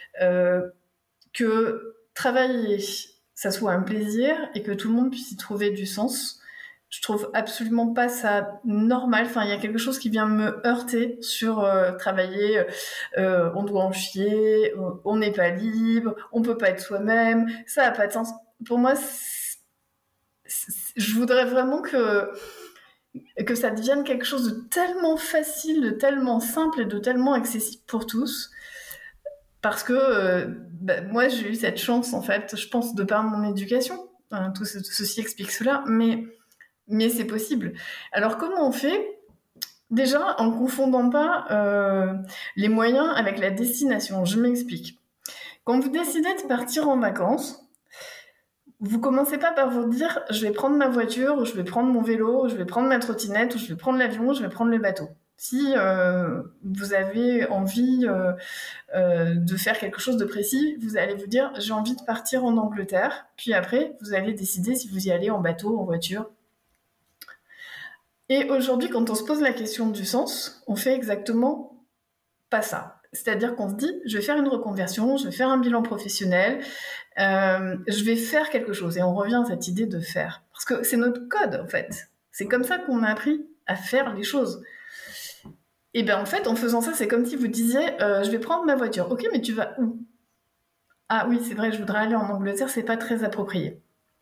Speaker 2: que travailler, ça soit un plaisir et que tout le monde puisse y trouver du sens. Je trouve absolument pas ça normal. Enfin, il y a quelque chose qui vient me heurter sur travailler. On doit en chier, on n'est pas libre, on peut pas être soi-même. Ça a pas de sens. Pour moi, je voudrais vraiment que ça devienne quelque chose de tellement facile, de tellement simple et de tellement accessible pour tous. parce que moi, j'ai eu cette chance, en fait, je pense, de par mon éducation. Tout ceci explique cela, mais c'est possible. Alors, comment on fait? Déjà, en ne confondant pas les moyens avec la destination. Je m'explique. Quand vous décidez de partir en vacances, vous commencez pas par vous dire je vais prendre ma voiture, ou je vais prendre mon vélo, ou je vais prendre ma trottinette, ou je vais prendre l'avion, ou je vais prendre le bateau. Si vous avez envie de faire quelque chose de précis, vous allez vous dire j'ai envie de partir en Angleterre, puis après vous allez décider si vous y allez en bateau, en voiture. Et aujourd'hui, quand on se pose la question du sens, on fait exactement pas ça. C'est-à-dire qu'on se dit je vais faire une reconversion, je vais faire un bilan professionnel, je vais faire quelque chose. Et on revient à cette idée de faire. Parce que c'est notre code, en fait. C'est comme ça qu'on a appris à faire les choses. Et bien, en fait, en faisant ça, c'est comme si vous disiez je vais prendre ma voiture. Ok, mais tu vas où? Ah oui, c'est vrai, je voudrais aller en Angleterre, c'est pas très approprié.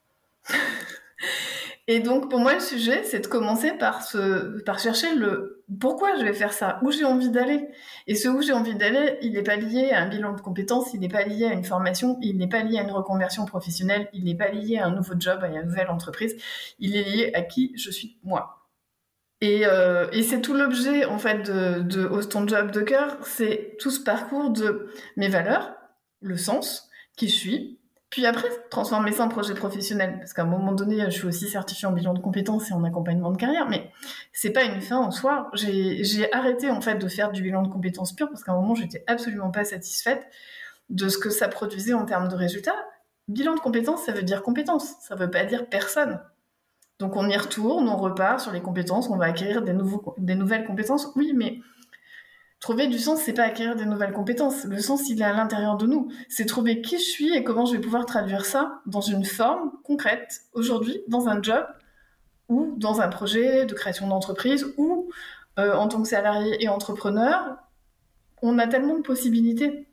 Speaker 2: Et donc, pour moi, le sujet, c'est de commencer par chercher le pourquoi je vais faire ça, où j'ai envie d'aller. Et ce où j'ai envie d'aller, il n'est pas lié à un bilan de compétences, il n'est pas lié à une formation, il n'est pas lié à une reconversion professionnelle, il n'est pas lié à un nouveau job, à une nouvelle entreprise. Il est lié à qui je suis, moi. Et c'est tout l'objet, en fait, de ton job de cœur, c'est tout ce parcours de mes valeurs, le sens, qui je suis, puis après, transformer ça en projet professionnel. Parce qu'à un moment donné, je suis aussi certifiée en bilan de compétences et en accompagnement de carrière, mais c'est pas une fin en soi. J'ai arrêté, en fait, de faire du bilan de compétences pur parce qu'à un moment, j'étais absolument pas satisfaite de ce que ça produisait en termes de résultats. Bilan de compétences, ça veut dire compétences, ça veut pas dire personne. Donc on y retourne, on repart sur les compétences, on va acquérir des nouvelles compétences. Oui, mais trouver du sens, c'est pas acquérir des nouvelles compétences. Le sens, il est à l'intérieur de nous. C'est trouver qui je suis et comment je vais pouvoir traduire ça dans une forme concrète, aujourd'hui, dans un job ou dans un projet de création d'entreprise ou en tant que salarié et entrepreneur. On a tellement de possibilités.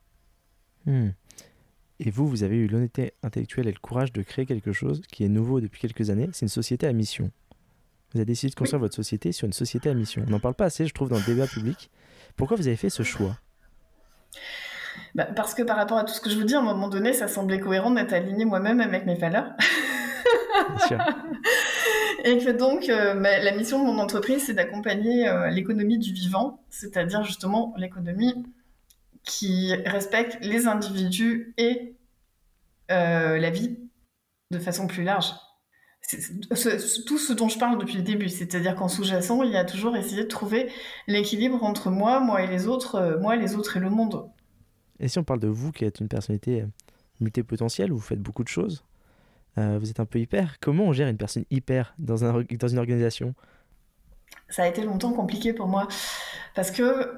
Speaker 1: Et vous avez eu l'honnêteté intellectuelle et le courage de créer quelque chose qui est nouveau depuis quelques années. C'est une société à mission. Vous avez décidé de construire votre société sur une société à mission. On n'en parle pas assez, je trouve, dans le débat public. Pourquoi vous avez fait ce choix?
Speaker 2: Parce que par rapport à tout ce que je vous dis, à un moment donné, ça semblait cohérent d'être aligné moi-même avec mes valeurs.
Speaker 1: Bien sûr.
Speaker 2: Et que donc, la mission de mon entreprise, c'est d'accompagner l'économie du vivant, c'est-à-dire justement l'économie qui respecte les individus et la vie de façon plus large. C'est tout ce dont je parle depuis le début, c'est-à-dire qu'en sous-jacent, il y a toujours essayé de trouver l'équilibre entre moi et les autres, moi, les autres et le monde.
Speaker 1: Et si on parle de vous, qui êtes une personnalité multipotentielle, vous faites beaucoup de choses, vous êtes un peu hyper. Comment on gère une personne hyper dans une organisation?
Speaker 2: Ça a été longtemps compliqué pour moi, parce que,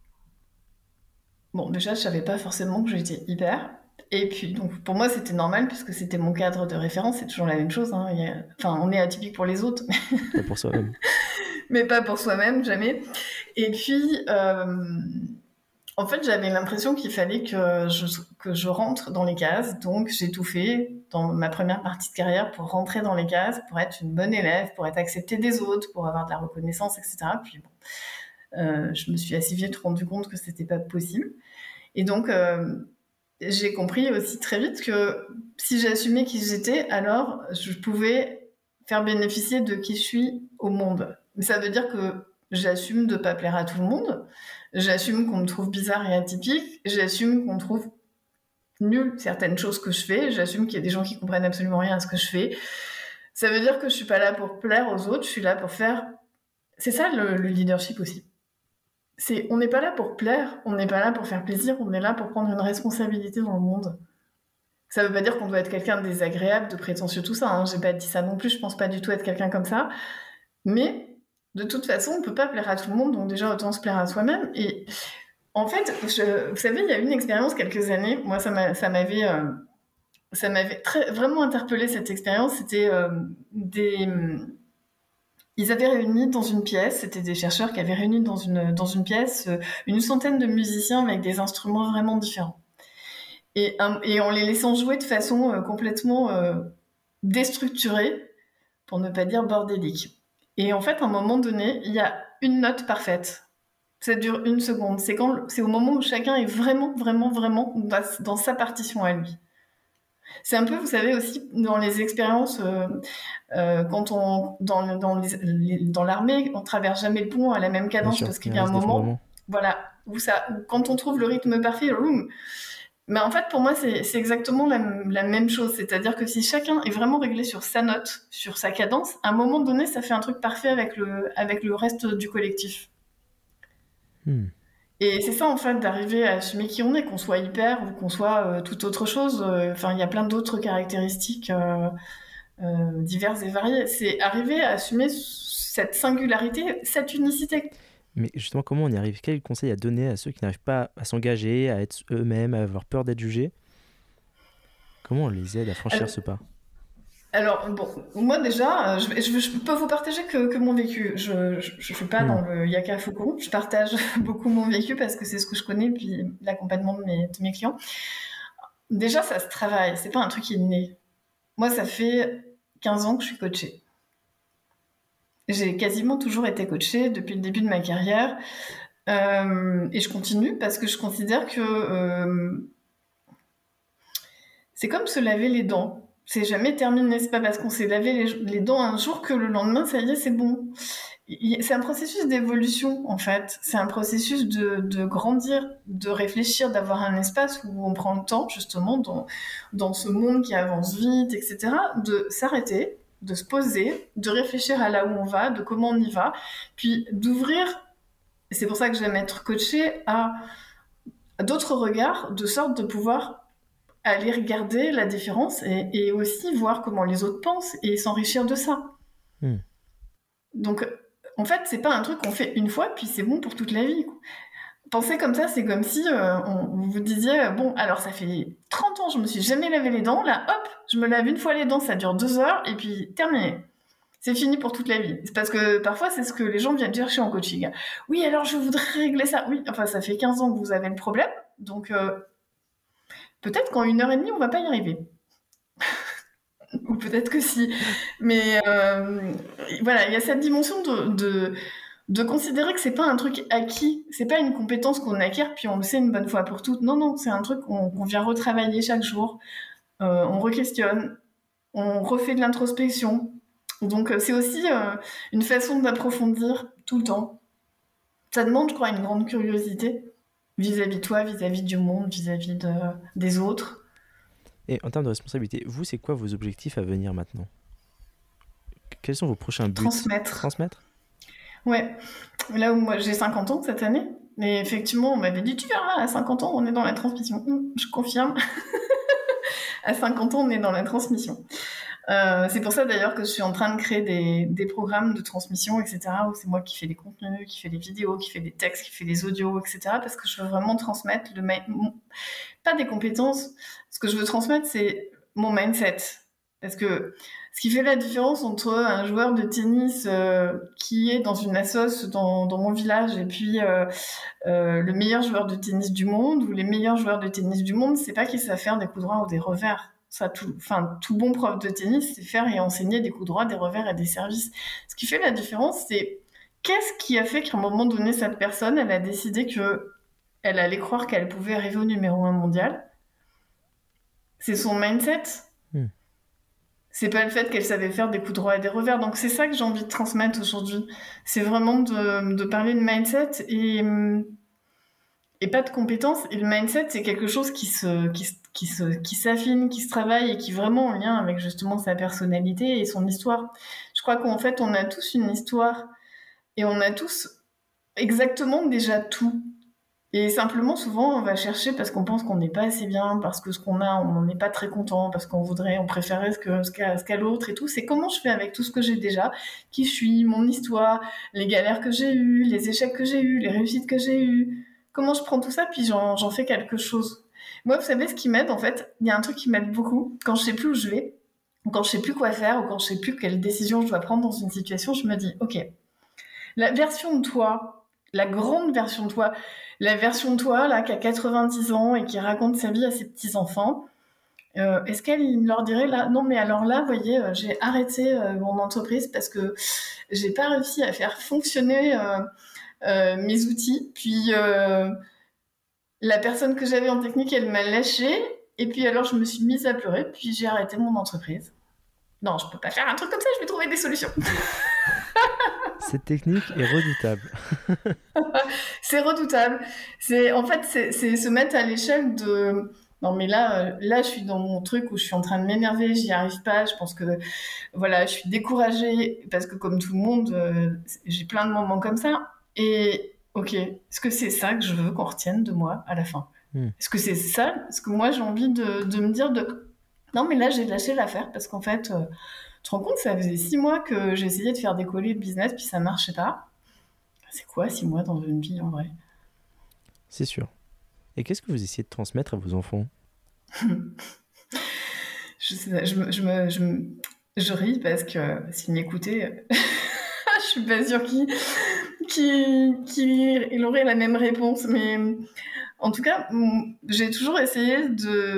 Speaker 2: bon, déjà, je savais pas forcément que j'étais hyper. Et puis, donc, pour moi, c'était normal, puisque c'était mon cadre de référence, c'est toujours la même chose. Hein. Enfin, on est atypique pour les autres,
Speaker 1: Pas pour soi-même.
Speaker 2: mais pas pour soi-même, jamais. Et puis, en fait, j'avais l'impression qu'il fallait que je rentre dans les cases. Donc, j'ai tout fait dans ma première partie de carrière pour rentrer dans les cases, pour être une bonne élève, pour être acceptée des autres, pour avoir de la reconnaissance, etc. Puis, bon, je me suis assez vite rendu compte que c'était pas possible. Et donc, j'ai compris aussi très vite que si j'assumais qui j'étais, alors je pouvais faire bénéficier de qui je suis au monde. Mais ça veut dire que j'assume de pas plaire à tout le monde, j'assume qu'on me trouve bizarre et atypique, j'assume qu'on trouve nul certaines choses que je fais, j'assume qu'il y a des gens qui comprennent absolument rien à ce que je fais. Ça veut dire que je suis pas là pour plaire aux autres, je suis là pour faire... C'est ça le leadership aussi. On n'est pas là pour plaire, on n'est pas là pour faire plaisir, on est là pour prendre une responsabilité dans le monde. Ça veut pas dire qu'on doit être quelqu'un de désagréable, de prétentieux, tout ça. Hein. J'ai pas dit ça non plus, je pense pas du tout être quelqu'un comme ça. Mais de toute façon, on peut pas plaire à tout le monde, donc déjà autant se plaire à soi-même. Et en fait, vous savez, il y a eu une expérience quelques années. Moi, ça m'avait vraiment interpellé cette expérience. C'était ils avaient réuni dans une pièce, c'était des chercheurs qui avaient réuni dans une pièce une centaine de musiciens avec des instruments vraiment différents. Et en les laissant jouer de façon complètement déstructurée, pour ne pas dire bordélique. Et en fait, à un moment donné, il y a une note parfaite. Ça dure 1 seconde. C'est au moment où chacun est vraiment, vraiment, vraiment dans sa partition à lui. C'est un peu, vous savez, aussi dans les expériences, quand dans l'armée, on traverse jamais le pont à la même
Speaker 1: Bien
Speaker 2: cadence
Speaker 1: sûr,
Speaker 2: parce
Speaker 1: il y
Speaker 2: qu'il
Speaker 1: a
Speaker 2: y
Speaker 1: un
Speaker 2: a un
Speaker 1: risque
Speaker 2: moment,
Speaker 1: d'effondrement.
Speaker 2: voilà, où quand on trouve le rythme parfait, boum. Mais en fait, pour moi, c'est exactement la même chose. C'est-à-dire que si chacun est vraiment réglé sur sa note, sur sa cadence, à un moment donné, ça fait un truc parfait avec le reste du collectif.
Speaker 1: Hmm.
Speaker 2: Et c'est ça, en fait, d'arriver à assumer qui on est, qu'on soit hyper ou qu'on soit toute autre chose. Enfin, il y a plein d'autres caractéristiques diverses et variées. C'est arriver à assumer cette singularité, cette unicité.
Speaker 1: Mais justement, comment on y arrive? Quel conseil à donner à ceux qui n'arrivent pas à s'engager, à être eux-mêmes, à avoir peur d'être jugés? Comment on les aide à franchir
Speaker 2: Alors,
Speaker 1: ce pas?
Speaker 2: alors, bon, moi déjà, je peux vous partager que mon vécu. Je suis pas
Speaker 1: Hmm.
Speaker 2: dans le yaka faucon. Je partage beaucoup mon vécu parce que c'est ce que je connais, puis l'accompagnement de mes clients. Déjà, ça se travaille. C'est pas un truc qui est né. Moi, ça fait 15 ans que je suis coachée. J'ai quasiment toujours été coachée depuis le début de ma carrière. Et je continue parce que je considère que c'est comme se laver les dents. C'est jamais terminé. C'est pas parce qu'on s'est lavé les dents un jour que le lendemain, ça y est, c'est bon. C'est un processus d'évolution, en fait. C'est un processus de grandir, de réfléchir, d'avoir un espace où on prend le temps, justement, dans ce monde qui avance vite, etc., de s'arrêter, de se poser, de réfléchir à là où on va, de comment on y va, puis d'ouvrir, et c'est pour ça que j'aime être coachée, à d'autres regards, de sorte de pouvoir aller regarder la différence et aussi voir comment les autres pensent et s'enrichir de ça.
Speaker 1: Hmm.
Speaker 2: Donc, en fait, c'est pas un truc qu'on fait une fois, puis c'est bon pour toute la vie. Penser comme ça, c'est comme si on vous disiez bon, alors ça fait 30 ans, je me suis jamais lavé les dents, là, hop, je me lave une fois les dents, ça dure 2 heures, et puis terminé. C'est fini pour toute la vie. C'est parce que parfois, c'est ce que les gens viennent chercher en coaching. Oui, alors je voudrais régler ça. Oui, enfin, ça fait 15 ans que vous avez le problème, donc peut-être qu'en 1 heure et demie, on va pas y arriver. Ou peut-être que si. Mais voilà, il y a cette dimension de considérer que c'est pas un truc acquis, c'est pas une compétence qu'on acquiert puis on le sait une bonne fois pour toutes. Non, non, c'est un truc qu'on vient retravailler chaque jour. On re-questionne, on refait de l'introspection. Donc c'est aussi une façon d'approfondir tout le temps. Ça demande, je crois, une grande curiosité vis-à-vis de toi, vis-à-vis du monde, des autres.
Speaker 1: Et en termes de responsabilité, vous, c'est quoi vos objectifs à venir maintenant? Quels sont vos prochains buts?
Speaker 2: Transmettre.
Speaker 1: Transmettre?
Speaker 2: Ouais, là où moi j'ai 50 ans cette année, mais effectivement on m'avait dit tu verras, à 50 ans on est dans la transmission. Je confirme, à 50 ans on est dans la transmission. C'est pour ça d'ailleurs que je suis en train de créer des programmes de transmission, etc., où c'est moi qui fais les contenus, qui fais les vidéos, qui fais les textes, qui fais les audios, etc., parce que je veux vraiment transmettre pas des compétences, ce que je veux transmettre c'est mon mindset. Parce que ce qui fait la différence entre un joueur de tennis qui est dans une assoce dans mon village et puis le meilleur joueur de tennis du monde ou les meilleurs joueurs de tennis du monde, c'est pas qu'ils savent faire des coups droits ou des revers. Ça, tout bon prof de tennis, c'est faire et enseigner des coups droits, des revers et des services. Ce qui fait la différence, c'est qu'est-ce qui a fait qu'à un moment donné, cette personne, elle a décidé que elle allait croire qu'elle pouvait arriver au numéro 1 mondial. C'est son mindset.
Speaker 1: Hmm.
Speaker 2: C'est pas le fait qu'elle savait faire des coups droits et des revers. Donc c'est ça que j'ai envie de transmettre aujourd'hui. C'est vraiment de parler de mindset et pas de compétences. Et le mindset, c'est quelque chose qui s'affine, qui se travaille et qui est vraiment en lien avec justement sa personnalité et son histoire. Je crois qu'en fait, on a tous une histoire et on a tous exactement déjà tout. Et simplement, souvent, on va chercher parce qu'on pense qu'on n'est pas assez bien, parce que ce qu'on a, on n'est pas très content, parce on préférait ce qu'a l'autre et tout. C'est comment je fais avec tout ce que j'ai déjà, qui je suis, mon histoire, les galères que j'ai eues, les échecs que j'ai eus, les réussites que j'ai eues. Comment je prends tout ça, puis j'en fais quelque chose. Moi, vous savez, ce qui m'aide, en fait, il y a un truc qui m'aide beaucoup. Quand je sais plus où je vais, ou quand je sais plus quoi faire, ou quand je sais plus quelle décision je dois prendre dans une situation, je me dis, ok, la version de toi, la grande version de toi, la version de toi là qui a 90 ans et qui raconte sa vie à ses petits enfants, est-ce qu'elle leur dirait là non mais alors là, vous voyez, j'ai arrêté mon entreprise parce que j'ai pas réussi à faire fonctionner mes outils. Puis la personne que j'avais en technique, elle m'a lâchée. Et puis alors, je me suis mise à pleurer. Puis j'ai arrêté mon entreprise. Non, je peux pas faire un truc comme ça. Je vais trouver des solutions.
Speaker 1: Cette technique est redoutable.
Speaker 2: C'est redoutable. En fait, c'est se mettre à l'échelle de. Non, mais là, je suis dans mon truc où je suis en train de m'énerver, j'y arrive pas. Je pense que, voilà, je suis découragée parce que, comme tout le monde, j'ai plein de moments comme ça. Et, ok, est-ce que c'est ça que je veux qu'on retienne de moi à la fin? Est-ce que c'est ça? Est-ce que moi, j'ai envie de me dire de. Non, mais là, j'ai lâché l'affaire parce qu'en fait, tu te rends compte, ça faisait 6 mois que j'essayais de faire décoller le business, puis ça marchait pas. C'est quoi 6 mois dans une vie en vrai?
Speaker 1: C'est sûr. Et qu'est-ce que vous essayez de transmettre à vos enfants?
Speaker 2: Je sais pas, je ris parce que s'il m'écoutait, je suis pas sûre qu'il aurait la même réponse. Mais en tout cas, j'ai toujours essayé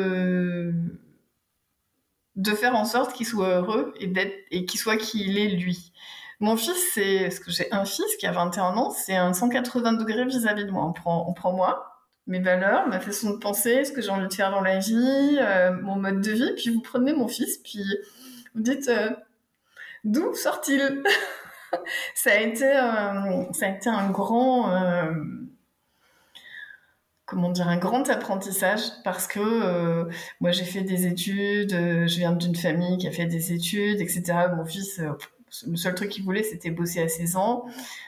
Speaker 2: de faire en sorte qu'il soit heureux et qu'il soit qui il est lui. Mon fils, parce que j'ai un fils qui a 21 ans, c'est un 180 degrés vis-à-vis de moi. On prend moi, mes valeurs, ma façon de penser, ce que j'ai envie de faire dans la vie, mon mode de vie, puis vous prenez mon fils, puis vous dites d'où sort-il? Ça a été un grand, comment dire, un grand apprentissage parce que moi j'ai fait des études, je viens d'une famille qui a fait des études, etc. Mon fils, le seul truc qu'il voulait, c'était bosser à 16 ans.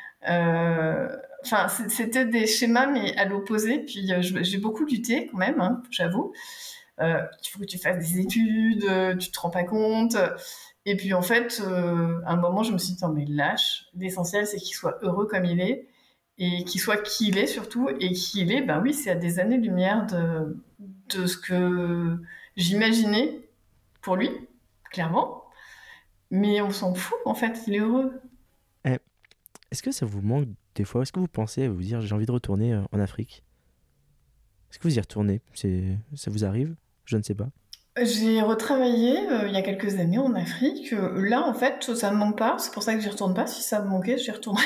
Speaker 2: Enfin, c'était des schémas, mais à l'opposé. Puis j'ai beaucoup lutté quand même, hein, j'avoue. Il faut que tu fasses des études, tu te rends pas compte. Et puis en fait, à un moment, je me suis dit, non mais lâche. L'essentiel, c'est qu'il soit heureux comme il est et qu'il soit qui il est surtout. Et qui il est, ben oui, c'est à des années-lumière de ce que j'imaginais pour lui, clairement. Mais on s'en fout, en fait, il est heureux.
Speaker 1: Est-ce que ça vous manque des fois? Est-ce que vous pensez à vous dire j'ai envie de retourner en Afrique? Est-ce que vous y retournez? Ça vous arrive? Je ne sais pas.
Speaker 2: J'ai retravaillé il y a quelques années en Afrique. Là, en fait, ça me manque pas. C'est pour ça que j'y retourne pas. Si ça me manquait, j'y retournerais.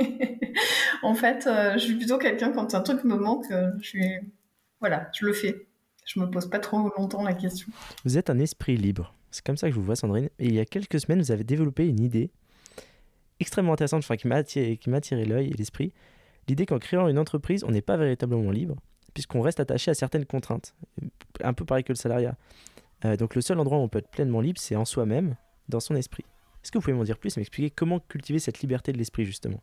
Speaker 2: En fait, je suis plutôt quelqu'un quand un truc me manque, voilà, je le fais. Je me pose pas trop longtemps la question.
Speaker 1: Vous êtes un esprit libre. C'est comme ça que je vous vois, Sandrine. Et il y a quelques semaines, vous avez développé une idée extrêmement intéressante, enfin, qui m'a attiré l'œil et l'esprit. L'idée qu'en créant une entreprise, on n'est pas véritablement libre, puisqu'on reste attaché à certaines contraintes. Un peu pareil que le salariat. Donc le seul endroit où on peut être pleinement libre, c'est en soi-même, dans son esprit. Est-ce que vous pouvez m'en dire plus et m'expliquer comment cultiver cette liberté de l'esprit, justement?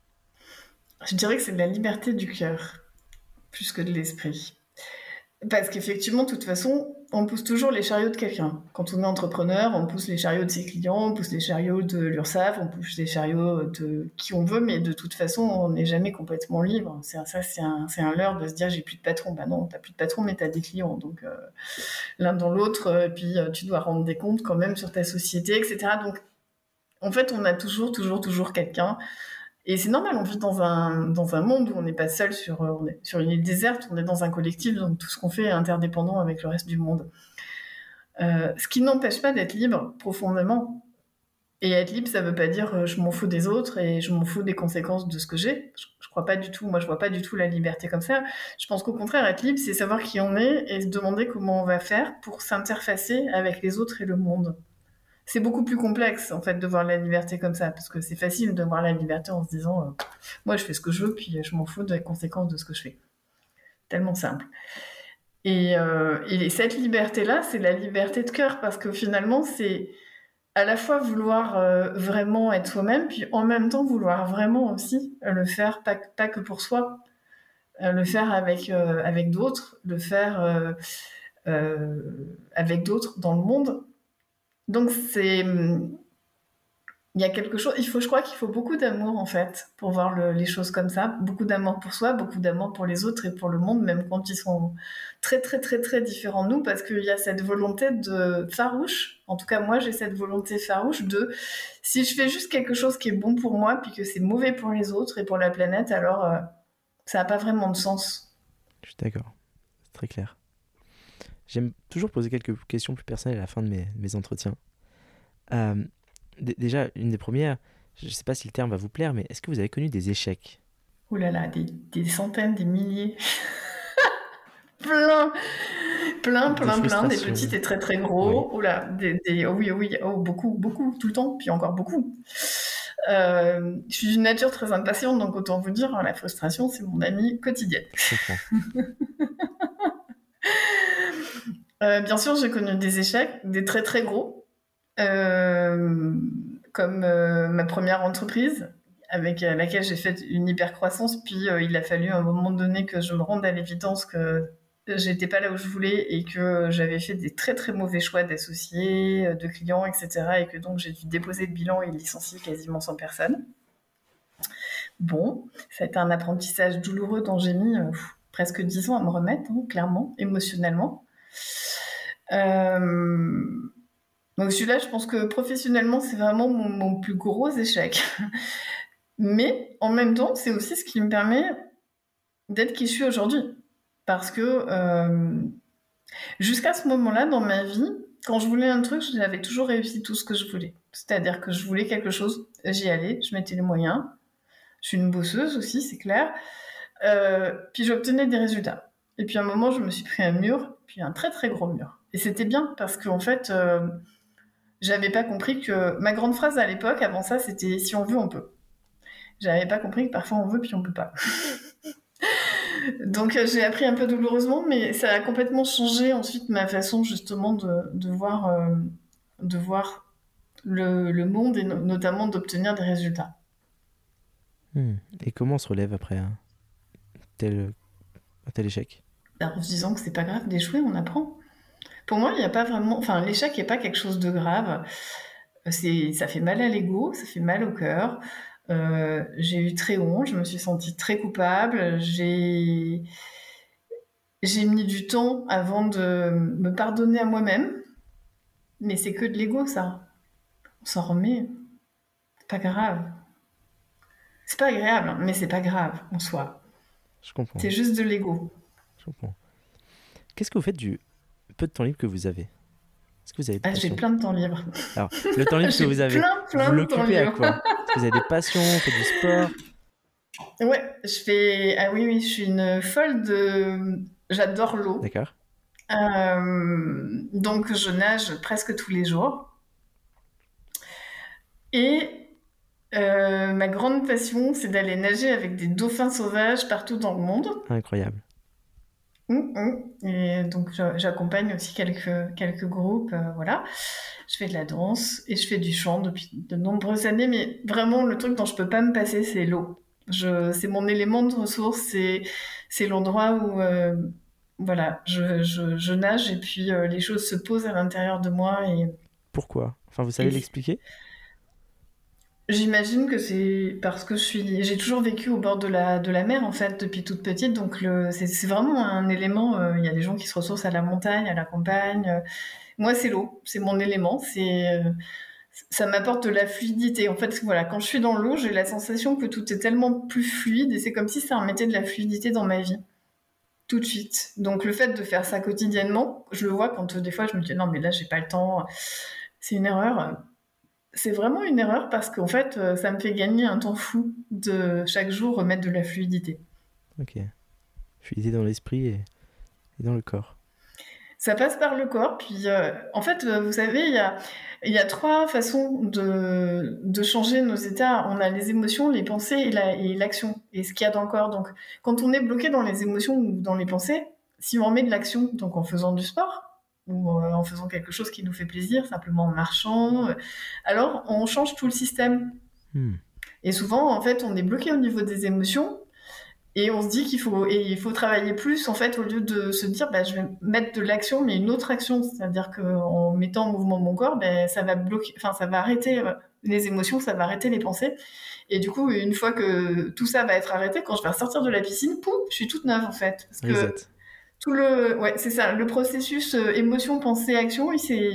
Speaker 2: Je dirais que c'est de la liberté du cœur, plus que de l'esprit. Parce qu'effectivement, de toute façon, on pousse toujours les chariots de quelqu'un. Quand on est entrepreneur, on pousse les chariots de ses clients, on pousse les chariots de l'URSSAF, on pousse les chariots de qui on veut, mais de toute façon, on n'est jamais complètement libre. C'est un leurre de se dire j'ai plus de patron. Bah non, t'as plus de patron, mais t'as des clients. Donc l'un dans l'autre, et puis tu dois rendre des comptes quand même sur ta société, etc. Donc en fait, on a toujours quelqu'un. Et c'est normal, on vit dans un monde où on n'est pas seul on est sur une île déserte, on est dans un collectif, donc tout ce qu'on fait est interdépendant avec le reste du monde. Ce qui n'empêche pas d'être libre profondément. Et être libre, ça veut pas dire je m'en fous des autres et je m'en fous des conséquences de ce que j'ai. Je crois pas du tout, moi je vois pas du tout la liberté comme ça. Je pense qu'au contraire, être libre, c'est savoir qui on est et se demander comment on va faire pour s'interfacer avec les autres et le monde. C'est beaucoup plus complexe en fait de voir la liberté comme ça, parce que c'est facile de voir la liberté en se disant moi je fais ce que je veux puis je m'en fous des conséquences de ce que je fais. Tellement simple. Et cette liberté-là, c'est la liberté de cœur, parce que finalement c'est à la fois vouloir vraiment être soi-même, puis en même temps vouloir vraiment aussi le faire pas que pour soi, le faire avec d'autres, le faire avec d'autres dans le monde. Donc il y a quelque chose, je crois qu'il faut beaucoup d'amour en fait pour voir les choses comme ça, beaucoup d'amour pour soi, beaucoup d'amour pour les autres et pour le monde, même quand ils sont très très très très différents de nous, parce qu'il y a cette volonté de farouche, en tout cas moi j'ai cette volonté farouche de si je fais juste quelque chose qui est bon pour moi puis que c'est mauvais pour les autres et pour la planète, alors ça n'a pas vraiment de sens.
Speaker 1: Je suis d'accord, c'est très clair. J'aime toujours poser quelques questions plus personnelles à la fin de mes entretiens. Déjà, une des premières, je ne sais pas si le terme va vous plaire, mais est-ce que vous avez connu des échecs?
Speaker 2: Oh là là, des centaines, des milliers. Plein, plein,
Speaker 1: Des
Speaker 2: plein, plein, des
Speaker 1: frustrations.
Speaker 2: petits et très, très
Speaker 1: Oui.
Speaker 2: gros. Oh là, oh oui, oh oui, oh beaucoup, beaucoup, tout le temps, puis encore beaucoup. Je suis d'une nature très impatiente, donc autant vous dire, hein, la frustration, c'est mon amie quotidienne.
Speaker 1: Je comprends.
Speaker 2: Bien sûr, j'ai connu des échecs, des très, très gros, euh, comme ma première entreprise, avec laquelle j'ai fait une hyper croissance, puis il a fallu à un moment donné que je me rende à l'évidence que j'étais pas là où je voulais et que j'avais fait des très très mauvais choix d'associés, de clients, etc. Et que donc j'ai dû déposer le bilan et licencier quasiment 100 personnes. Bon, ça a été un apprentissage douloureux dont j'ai mis presque 10 ans à me remettre, hein, clairement, émotionnellement. Euh, donc celui-là, je pense que professionnellement, c'est vraiment mon plus gros échec. Mais en même temps, c'est aussi ce qui me permet d'être qui je suis aujourd'hui. Parce que jusqu'à ce moment-là, dans ma vie, quand je voulais un truc, j'avais toujours réussi tout ce que je voulais. C'est-à-dire que je voulais quelque chose, j'y allais, je mettais les moyens. Je suis une bosseuse aussi, c'est clair. Puis j'obtenais des résultats. Et puis à un moment, je me suis pris un mur, puis un très très gros mur. Et c'était bien parce qu'en fait, j'avais pas compris que ma grande phrase à l'époque, avant ça, c'était si on veut, on peut. J'avais pas compris que parfois on veut puis on peut pas. Donc j'ai appris un peu douloureusement, mais ça a complètement changé ensuite ma façon justement de voir le monde et notamment d'obtenir des résultats.
Speaker 1: Et comment on se relève après tel, un tel échec?
Speaker 2: En se disant que c'est pas grave d'échouer, on apprend. Pour moi, il n'y a pas vraiment. Enfin, l'échec n'est pas quelque chose de grave. Ça fait mal à l'ego, ça fait mal au cœur. J'ai eu très honte, je me suis sentie très coupable. J'ai mis du temps avant de me pardonner à moi-même. Mais c'est que de l'ego, ça. On s'en remet. C'est pas grave. C'est pas agréable, hein, mais c'est pas grave en soi.
Speaker 1: Je comprends,
Speaker 2: C'est juste de l'ego.
Speaker 1: je comprends. Qu'est-ce que vous faites du peu de temps libre que vous avez? Est-ce que vous avez des
Speaker 2: Ah, j'ai
Speaker 1: passions?
Speaker 2: plein de temps libre.
Speaker 1: Alors, le temps libre que
Speaker 2: J'ai
Speaker 1: vous avez,
Speaker 2: plein,
Speaker 1: vous
Speaker 2: plein de temps
Speaker 1: l'occupez à
Speaker 2: libre.
Speaker 1: quoi? Est-ce que vous avez des passions? Vous faites du sport?
Speaker 2: Ouais, je fais. Ah oui, oui, je suis une folle de. J'adore l'eau.
Speaker 1: D'accord.
Speaker 2: Donc je nage presque tous les jours. Et ma grande passion, c'est d'aller nager avec des dauphins sauvages partout dans le monde.
Speaker 1: Incroyable.
Speaker 2: Et donc j'accompagne aussi quelques groupes, voilà. Je fais de la danse et je fais du chant depuis de nombreuses années, mais vraiment le truc dont je peux pas me passer, c'est l'eau. C'est mon élément de ressource, c'est l'endroit où voilà, je nage et puis les choses se posent à l'intérieur de moi
Speaker 1: Pourquoi? Enfin, vous savez
Speaker 2: et
Speaker 1: l'expliquer?
Speaker 2: j'imagine que c'est parce que j'ai toujours vécu au bord de la mer en fait depuis toute petite, donc c'est vraiment un élément. Il y a des gens qui se ressourcent à la montagne, à la campagne. Moi, c'est l'eau, c'est mon élément. Ça m'apporte de la fluidité. En fait, voilà, quand je suis dans l'eau, j'ai la sensation que tout est tellement plus fluide et c'est comme si ça remettait de la fluidité dans ma vie tout de suite. Donc le fait de faire ça quotidiennement, je le vois quand des fois je me dis non mais là j'ai pas le temps, c'est une erreur. C'est vraiment une erreur parce qu'en fait, ça me fait gagner un temps fou de chaque jour remettre de la fluidité.
Speaker 1: Ok. Fluidité dans l'esprit et dans le corps.
Speaker 2: Ça passe par le corps, puis en fait, vous savez, il y a trois façons de changer nos états. On a les émotions, les pensées et l'action, et ce qu'il y a dans le corps. Donc, quand on est bloqué dans les émotions ou dans les pensées, si on remet de l'action, donc en faisant du sport, ou en faisant quelque chose qui nous fait plaisir, simplement en marchant, alors on change tout le système.
Speaker 1: Hmm.
Speaker 2: Et souvent, en fait, on est bloqué au niveau des émotions et on se dit il faut travailler plus, en fait, au lieu de se dire, bah, je vais mettre de l'action, mais une autre action. C'est-à-dire qu'en mettant en mouvement mon corps, ben, ça va bloquer, enfin, ça va arrêter les émotions, ça va arrêter les pensées. Et du coup, une fois que tout ça va être arrêté, quand je vais ressortir de la piscine, pouf, je suis toute neuve, en fait. Parce que
Speaker 1: Reset.
Speaker 2: ouais, c'est ça, le processus émotion, pensée, action,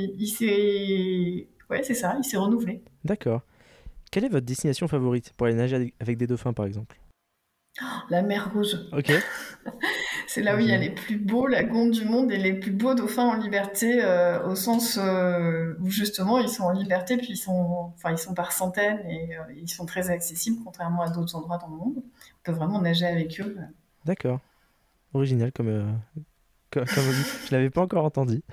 Speaker 2: ouais, c'est ça, il s'est renouvelé.
Speaker 1: D'accord. Quelle est votre destination favorite pour aller nager avec des dauphins, par exemple?
Speaker 2: La mer Rouge.
Speaker 1: Ok.
Speaker 2: C'est là où il y a les plus beaux lagons du monde et les plus beaux dauphins en liberté, au sens où justement ils sont en liberté, puis ils sont par centaines et ils sont très accessibles, contrairement à d'autres endroits dans le monde. On peut vraiment nager avec eux.
Speaker 1: D'accord. Original comme avis. Je l'avais pas encore entendu.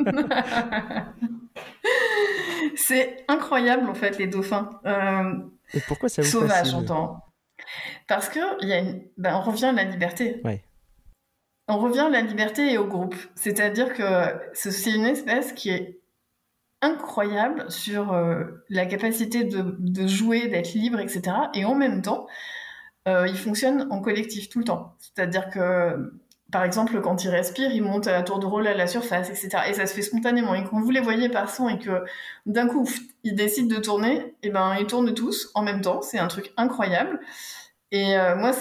Speaker 2: C'est incroyable en fait les dauphins.
Speaker 1: Et pourquoi ça vous
Speaker 2: Sauvages,
Speaker 1: fascine?
Speaker 2: j'entends. Parce que on revient à la liberté.
Speaker 1: Ouais.
Speaker 2: On revient à la liberté et au groupe. C'est-à-dire que c'est une espèce qui est incroyable sur la capacité de jouer, d'être libre, etc. Et en même temps, il fonctionne en collectif tout le temps. C'est-à-dire que, par exemple, quand il respire, il monte à tour de rôle à la surface, etc. Et ça se fait spontanément. Et quand vous les voyez passant et que d'un coup, ils décident de tourner, et ben ils tournent tous en même temps. C'est un truc incroyable. Et moi,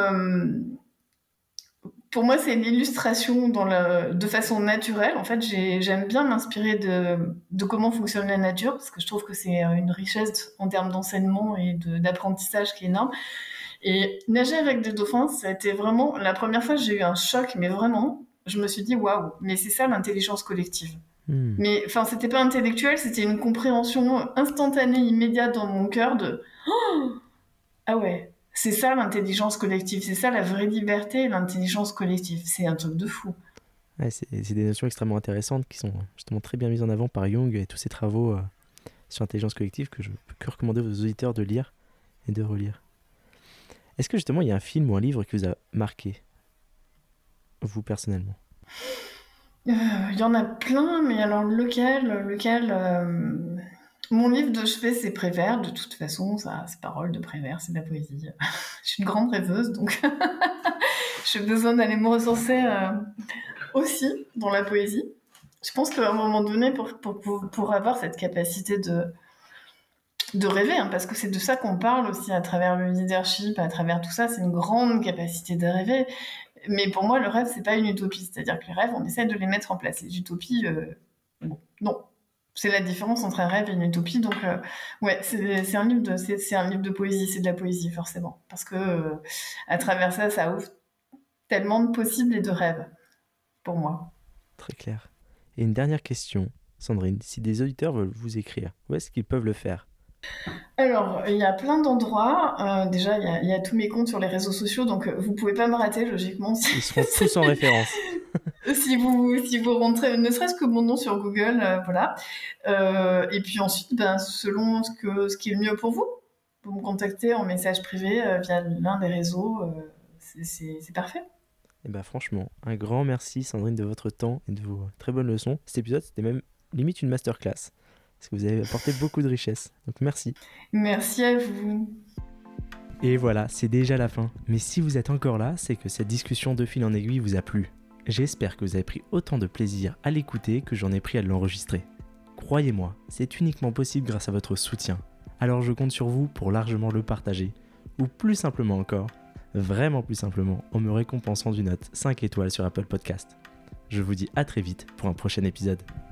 Speaker 2: pour moi, c'est une illustration de façon naturelle. En fait, j'aime bien m'inspirer de comment fonctionne la nature, parce que je trouve que c'est une richesse en termes d'enseignement et d'apprentissage qui est énorme. Et nager avec des dauphins, ça a été vraiment la première fois que j'ai eu un choc, mais vraiment, je me suis dit waouh, mais c'est ça l'intelligence collective.
Speaker 1: Hmm.
Speaker 2: Mais enfin, c'était pas intellectuel, c'était une compréhension instantanée, immédiate dans mon cœur de ah ouais, c'est ça l'intelligence collective, c'est ça la vraie liberté, l'intelligence collective. C'est un truc de fou.
Speaker 1: Ouais, c'est des notions extrêmement intéressantes qui sont justement très bien mises en avant par Jung et tous ses travaux sur l'intelligence collective que je peux que recommander aux auditeurs de lire et de relire. Est-ce que justement il y a un film ou un livre qui vous a marqué, vous personnellement?
Speaker 2: Il y en a plein, mais alors mon livre de chevet, c'est Prévert. De toute façon, ça, c'est parole de Prévert, c'est de la poésie. Je suis une grande rêveuse, donc j'ai besoin d'aller me ressourcer aussi dans la poésie. Je pense qu'à un moment donné, pour avoir cette capacité de rêver, hein, parce que c'est de ça qu'on parle aussi à travers le leadership, à travers tout ça, c'est une grande capacité de rêver. Mais pour moi, le rêve, c'est pas une utopie. C'est-à-dire que les rêves, on essaie de les mettre en place. Les utopies, bon, non. C'est la différence entre un rêve et une utopie. Donc, ouais, c'est un livre de poésie. C'est de la poésie, forcément. Parce que à travers ça, ça ouvre tellement de possibles et de rêves, pour moi.
Speaker 1: Très clair. Et une dernière question, Sandrine, si des auditeurs veulent vous écrire, où est-ce qu'ils peuvent le faire?
Speaker 2: Alors, il y a plein d'endroits. Déjà, il y a tous mes comptes sur les réseaux sociaux, donc vous pouvez pas me rater, logiquement.
Speaker 1: Ils seront tous en référence.
Speaker 2: Si vous rentrez, ne serait-ce que mon nom sur Google, voilà. Et puis ensuite, selon ce qui est le mieux pour vous me contacter en message privé via l'un des réseaux, c'est parfait.
Speaker 1: Et bah franchement, un grand merci Sandrine de votre temps et de vos très bonnes leçons. Cet épisode, c'était même limite une masterclass. Parce que vous avez apporté beaucoup de richesse. Donc merci.
Speaker 2: Merci à vous.
Speaker 1: Et voilà, c'est déjà la fin. Mais si vous êtes encore là, c'est que cette discussion de fil en aiguille vous a plu. J'espère que vous avez pris autant de plaisir à l'écouter que j'en ai pris à l'enregistrer. Croyez-moi, c'est uniquement possible grâce à votre soutien. Alors je compte sur vous pour largement le partager. Ou plus simplement encore, vraiment plus simplement, en me récompensant d'une note 5 étoiles sur Apple Podcast. Je vous dis à très vite pour un prochain épisode.